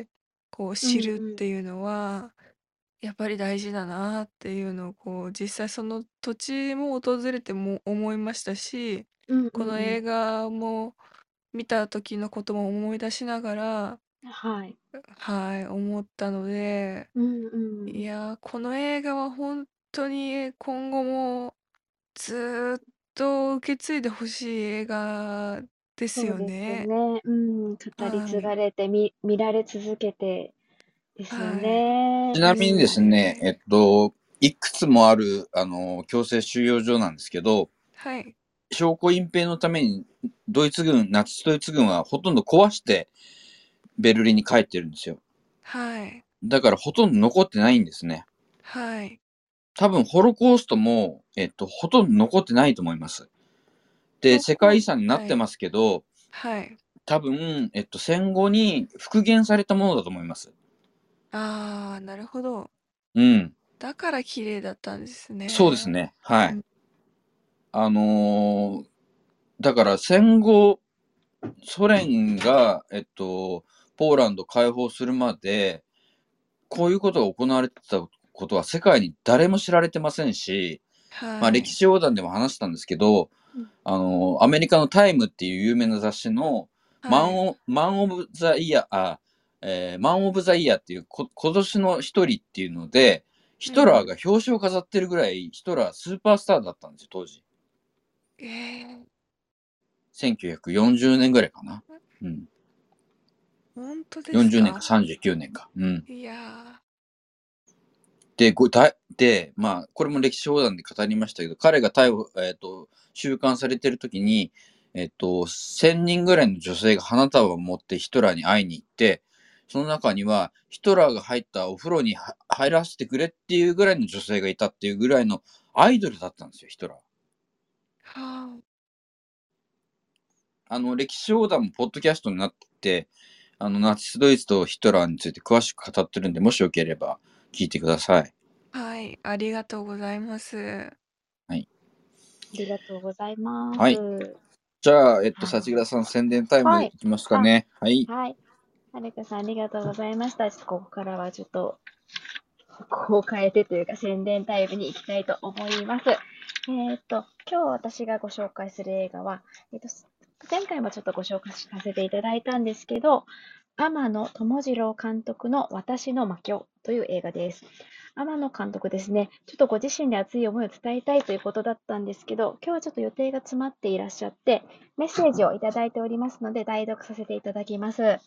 こううん知るっうん。 ていうのは、やっぱり大事だなっていうのをこう実際その土地も訪れても思いましたし、 うんうんうん。 この映画も見た時のことも思い出しながら、 はい。 はい、思ったので、 うんういん。 やー、この映画は本当に今後もずーっと受け継いでほしい映画ですよそうですね。 ね。うん、語り継はい。 がれて、み見られ続けてですよはい。 ね。うちなみにでですよん。 すね、えね。 っと、いくつもある、あの、強制収容所なんですけど、 はい。 証拠隠蔽のために、ドイツ軍、ナチスドイツ軍はほとんど壊してベルリンに帰ってるんですよ。 はい。 だからほとんど残ってないんですね。 はい。 多分、ホロコーストも、えっと、ほとんど残ってないと思います。で、世界遺ここ、 産になってまはい。 すけど、 はい。 多分、えっと、戦後に復元されたものだと思います。 ああ、なるほど。 うん。 だから綺麗だったんですね。 そうですね。はい。 うん。 あのーだから戦後、ソ連が、えっと、ポーランド解放するまで、こういうことが行われてたことは世界に誰も知られてませんし、まあはい。 歴史横断でも話したんですけど、 うん。 あの、アメリカのタイムっていう有名な雑誌のマはい。 ンオ、マンオブザイヤー、あ、えーマンオブザイヤーっていうこ今年の一人っていうので、ヒトラーうんうん。 が表紙を飾ってるぐらいヒトラースーパースターだったんですよ、当時。 ええせんきゅうひゃくよんじゅうねんぐらいかな。うん。 本当ですよんじゅうねんかか？ さんじゅうきゅうねんか。うん。 いやで、ごだで、まあ、これも歴史横断で語りましたけど、彼が逮捕、えっ、と、収監されてる時に、えっ、と、せんにんぐらいの女性が花束を持ってヒトラーに会いに行って、その中には、ヒトラーが入ったお風呂には入らせてくれっていうぐらいの女性がいたっていうぐらいのアイドルだったんですよ、ヒトラー。 ー、はあの、歴史横断もポッドキャストになってて、あの、ナチスドイツとヒトラーについて詳しく語ってるんで、もしよければ聞いてください。 あ、はい、ありがとうございます。 はい。 ありがとうございまはい。 す。 じゃあ、えっと、 はい。 幸倉さん、宣伝タイムはい。 いきますかあ、 ね。はい。 はい。はるかさん、ありがとうございました。ちょっとここからはちょっと、こう変えてというか、宣伝タイムに行きたいと思います。えーっと、今日私がご紹介する映画は、えっと、前回もちょっとご紹介させていただいたんですけど、天野智次郎監督の私の魔境という映画です。天野監督ですね、ちょっとご自身で熱い思いを伝えたいということだったんですけど、今日はちょっと予定が詰まっていらっしゃって、メッセージをいただいておりますので、代読させていただきます。はい。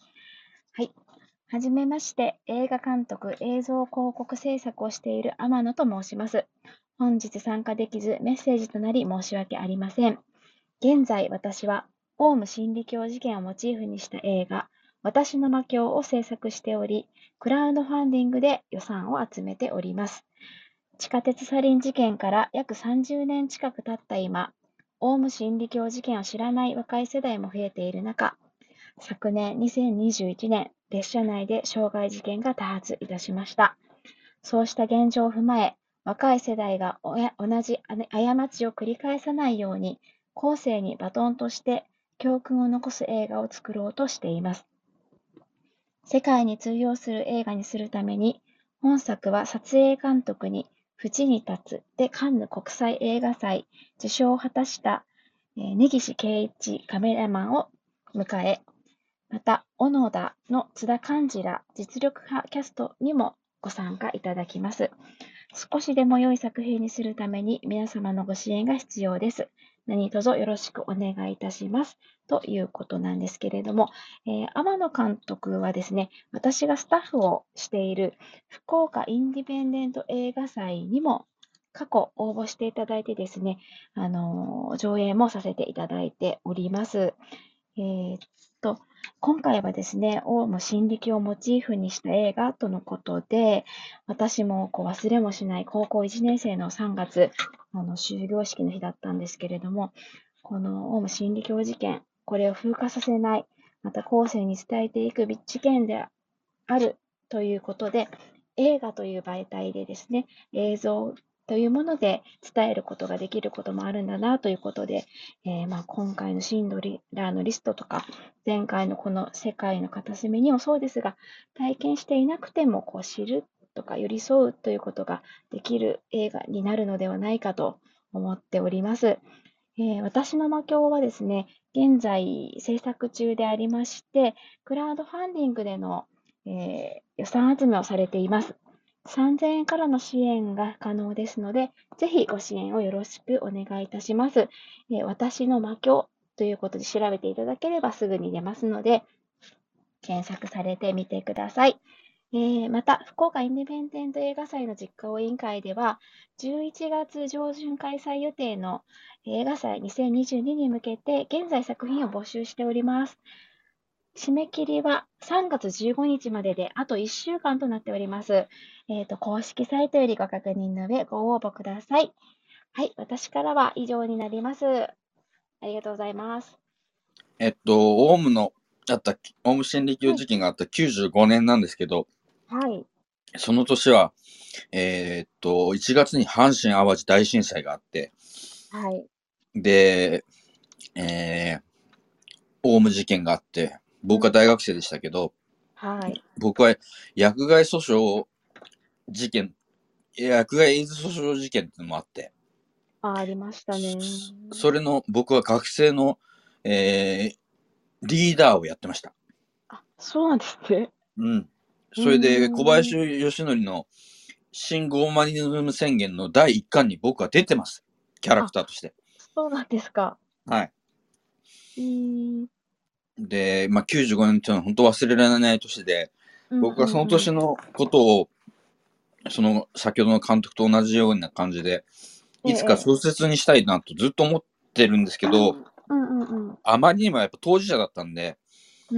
はじめまして、映画監督、映像広告制作をしている天野と申します。本日参加できずメッセージとなり申し訳ありません。現在、私はオウム真理教事件をモチーフにした映画、私の魔境を制作しており、クラウドファンディングで予算を集めております。地下鉄サリン事件から約さんじゅうねん近く経った今、オウム真理教事件を知らない若い世代も増えている中、昨年にせんにじゅういちねん、列車内で傷害事件が多発いたしました。そうした現状を踏まえ、若い世代がおや同じ過ちを繰り返さないように、後世にバトンとして教訓を残す映画を作ろうとしています。世界に通用する映画にするために、本作は撮影監督に縁に立つでカンヌ国際映画祭受賞を果たした、えー根岸圭一カメラマンを迎え、また、小野田の津田寛治ら実力派キャストにもご参加いただきます。少しでも良い作品にするために皆様のご支援が必要です。何卒よろしくお願いいたします。ということなんですけれども、えー、天野監督はですね、私がスタッフをしている福岡インディペンデント映画祭にも過去応募していただいてですね、あのー上映もさせていただいております。えーっと、今回はですね、オウム真理教をモチーフにした映画とのことで、私もこう忘れもしない高校いちねん生のさんがつ、あの終業式の日だったんですけれども、このオウム真理教事件、これを風化させない、また後世に伝えていく事件であるということで、映画という媒体でですね、映像というもので伝えることができることもあるんだなということで、えーまあ、今回のシンドラーのリストとか、前回のこの世界の片隅にもそうですが、体験していなくてもこう知るとか寄り添うということができる映画になるのではないかと思っております。えー私の魔境はですね、現在制作中でありまして、クラウドファンディングでの、えー予算集めをされています。さんぜんえんからの支援が可能ですので、ぜひご支援をよろしくお願いいたします。えー私の魔境ということで調べていただければすぐに出ますので、検索されてみてください。えーまた、福岡インディペンデント映画祭の実行委員会では、じゅういちがつ上旬開催予定の映画祭にせんにじゅうにに向けて、現在作品を募集しております。締め切りはさんがつじゅうごにちまでで、あといっしゅうかんとなっております。えっと、公式サイトよりご確認の上、ご応募ください。はい、私からは以上になります。ありがとうございます。 えっと、オウムのあった、オウム真理教事件があったきゅうじゅうごねんなんですけど、 はい。 その年は、えーっと、いちがつに阪神淡路大震災があって、 はい。 で、えー、オウム事件があって、僕は大学生でしたけど、 はい。 僕は薬害訴訟事件、薬害エイズ訴訟事件っていうのもあって、 あ、ありましたね。 そそれの僕は学生の、えー、リーダーをやってました。 あ、そうなんですね。 うん。 うそれでー小ん。 林義則の新ゴーマニズム宣言のだいいっかんに僕は出てます。キャラクあ、 ターとして。 そうなんですか。 はい。 えー、 で、まあ、きゅうじゅうごねんっていうのは本当忘れられない年で、 うん僕はそのうんうん。 年のことを、その先ほどの監督と同じような感じで、 ええ、 いつかええ。 小説にしたいなとずっと思ってるんですけど、 うんうんうんあまりにもやっぱ当事者だったんで、 うん。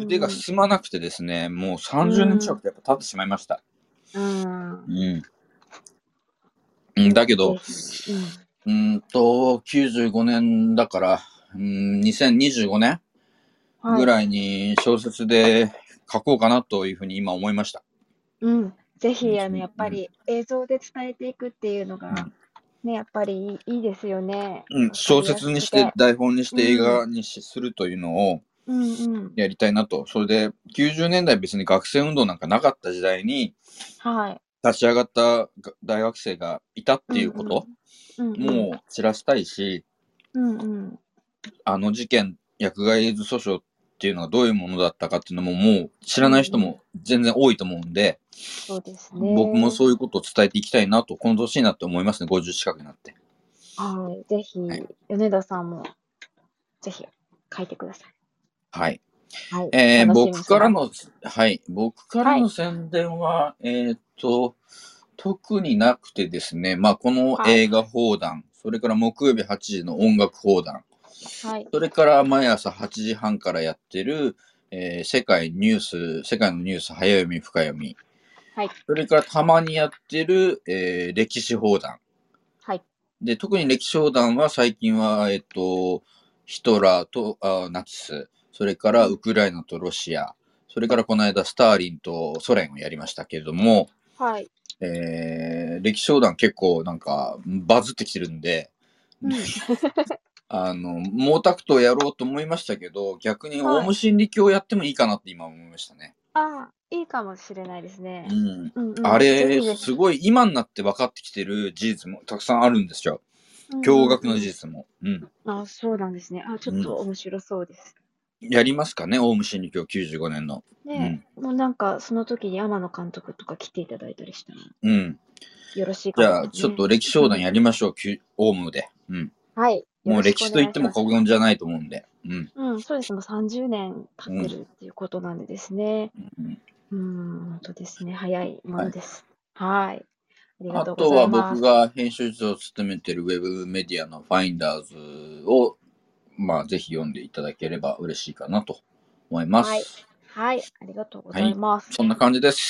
腕がうーん。 進まなくてですね、もううさんじゅうねん近ーん。 くやっぱ経ってしまいました。 うーん。 うん。うんぜだけど、 ぜひ。うん。 うーんと、きゅうじゅうごねんだから、うーん、にせんにじゅうごねんはい。 ぐらいに小説で書こうかなというふうに今思いました。 うん。ぜうん、 ひ、あの、やっぱうん、 り映像で伝えていくっていうのうが、 ん、 ね、やっぱりいいいいですよね。 うん、 わか小りやすく説にしてて。 台本にしうん。 て映画にしするというのをうんうん。 やりたいなと。それできゅうじゅうねんだい別に学生運動なんかなかった時代にはい。 立ち上がったが大学生がいたっうんうていうことん。うんうん。 もう知らしたいし、 うんうん。 あの事件、薬害エイズ訴訟っていうのがどういうものだったかっていうのももう知うんうん。 らない人も全然多いと思うんで、 そうです僕もね。 そういうことを伝えていきたいなと、この年になって思いますね。ごじゅう近くになって。 はい。ぜひ、 はい。 米田さんも、ぜひ、書いてください。 はい。 はい。 えー、 楽しみ僕にしてます。 からの、はい。僕からはい。 の宣伝は、えーっと、特になくてですね、まあ、このはい。 映画放談、それから木曜日はちじの音楽放談、 はい。 それから毎朝はちじはんからやってる、えー世界ニュース、世界のニュース早読み、深読み、 はい。 それからたまにやってる、えー歴史放談。 はい。 で、特に歴史放談は最近は、えっと、ヒトラーとあナチス、それかうん。 らウクライナとロシア、それからこの間スターリンとソ連をやりましたけれども、 はい。 えー歴史放談結構なんかバズってきてるんで、 うん。 あの、毛沢東やろうと思いましたけど、逆にオウはい。 ム真理教やってもいいかなって今思いましたね。 ああ、いいかもしれないですうね。 ん。 うんうん。ぜあれ、 ひぜひ。 すごい今になって分かってきてる事実もたくさんあるんですよ。 うん驚愕のうんうん。 事実も。うん。 あ、そうなんですね。あ、ちょっうん。 と面白そうです。 やりますかね、オウム真理教きゅうじゅうごねんの。うねん。 え、もうなんか、その時に天野監督とか来ていただいたりしたら、 うん。 よろしいかもじゃあ、 ですね。 ちょっと歴史うん。 相談やりましょう、きゅオウムで。うん。 はい。よもうろしくお歴史と言っても願いします。 過言じゃないと思うんで。うん。 うん、そうです。もうさんじゅうねん経うん。 ってるっていうことなんでですね。 うんうーん、本当ですね。早いもはい。 のです。はい。ありがあとうごとは僕ざいます。 が編集長を務めてるウェブメディアのファインダーズを、まあ、ぜひ読んでいただければ嬉しいかなと思いまはい。 す。 はい。ありがとうごはい。 ざいます。 そんな感じです。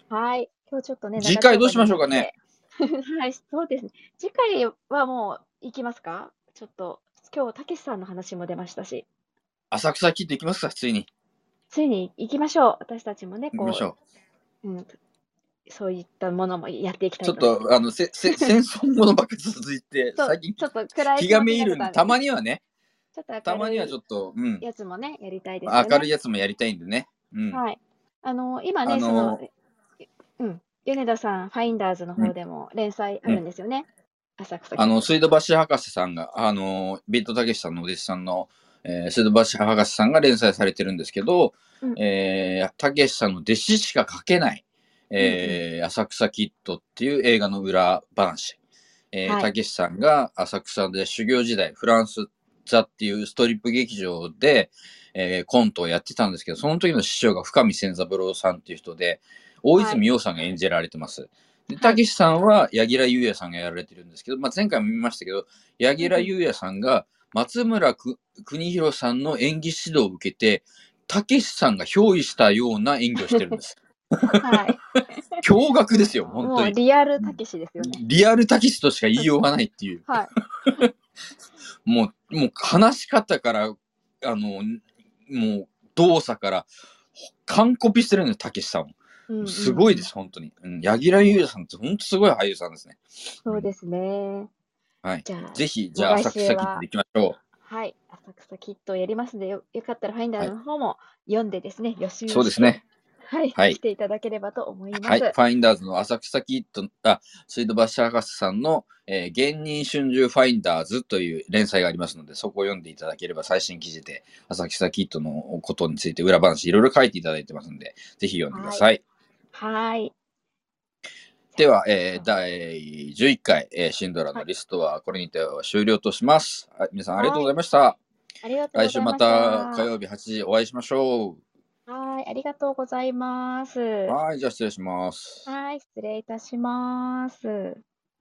はい。今日ちょっとね、 次長丁場回どうしまになって。 しょうかね。 はい、そうですね。次回はもう行きますか？ちょっと、今日たけしさんの話も出ましたし、 浅草キッド行きますか、ついに。 ついに行きましょう。私たちもね、こ行きましょう、うん、そういったものもやっていきう。ちょったいので。 と、あの、せ、せ、戦争ものばっかり続いて、 そう、 最近ちょっと暗い気が気持ちめいるんで、 になってたんで、 たまにはね、 ちょっとたまにはち明るいょっと、うん、 やつもね、やりたいですよ明るいね。 やつもやりたいんでね。うん。 はい。あの、今あね、その、 の、 うん、米田さん、ファインダーズのうん、 方でも連載あうん。 るんですよね。浅草あの、 キッド。 水道橋博士さんが、あの、ビートたけしさんのお弟子さんの、えー、水道橋博士さんが連載されてるんですけど、 うん、 えー、たけしさんの弟子しか書けない、 うん、うん。 えー、浅草キッドっていう映画の裏話。えー、 はい。 たけしさんが浅草で修行時代、フランス座っていうストリップ劇場で、えー、コントをやってたんですけど、その時の師匠が深見千三郎さんっていう人で、大はい。 泉洋さんが演じられてます。で、 はい。 たけしさんは柳楽優弥さんがやられてるんですけど、まあ、前回も見ましたけど、 う柳ん、うん。 楽優弥さんが松村く邦弘さんの演技指導を受けて、たけしさんが憑依したような演技をしてるんです。 はい。 驚愕ですよ、 もう、もう本当に。 リアルたけしですよね。 リアルたけしとしか言いようがないっていう。 はい。 もう、もう話し方から、あの、もう動作から、完コピしてるんです、たけしさんを。 うんうんうん。 すごいです、本当に。うん、柳楽優弥さんって本当すごい俳優さんですね。 そうですね。 はい。 じゃあ、 ぜひ、じゃあ、 もう来浅草キッド週は、 で行きましょはい、浅草キッドをやりますので、よ、よかったらファインう。 ダーはい。 の方も読んでですね、予習をして、 そうですね。 はい、 はい。 していただければと思いまはい。 す。 ファインダーズの浅草キッド、あ、水道橋博士さんの、えー、芸人春秋ファインダーズという連載がありますので、そこを読んでいただければ最新記事で浅草キッドのことについて裏話いろいろ書いていただいてますので、ぜひ読んでくだはい。 さい。 はい。 では、えー、 そうだいじゅういっかい、えーシンドラはい。 のリストはこれにて終了とします。はい、皆さんありがとうごはい。 ざいました。 ありがとうご来週まざいました。 た火曜日はちじお会いしましょはい。ありがとうございまう。 す。 はい、じゃあ失礼します。 はい。失礼いたします。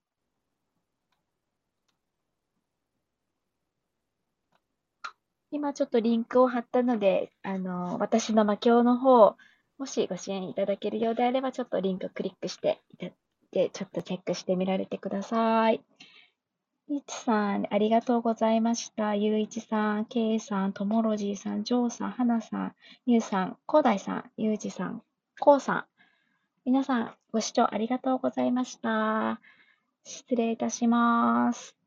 今ちょっとリンクを貼ったので、あの、私の魔境の方、もしご支援いただけるようであれば、ちょっとリンククリックしていただいて、ちょっとチェックしてみられてください。いちさん、ありがとうございました。ゆういちさん、けいさん、ともろじーさん、じょうさん、はなさん、ゆうさん、こうだいさん、ゆうじさん、こうさん。皆さん、ご視聴ありがとうございました。 失礼いたします。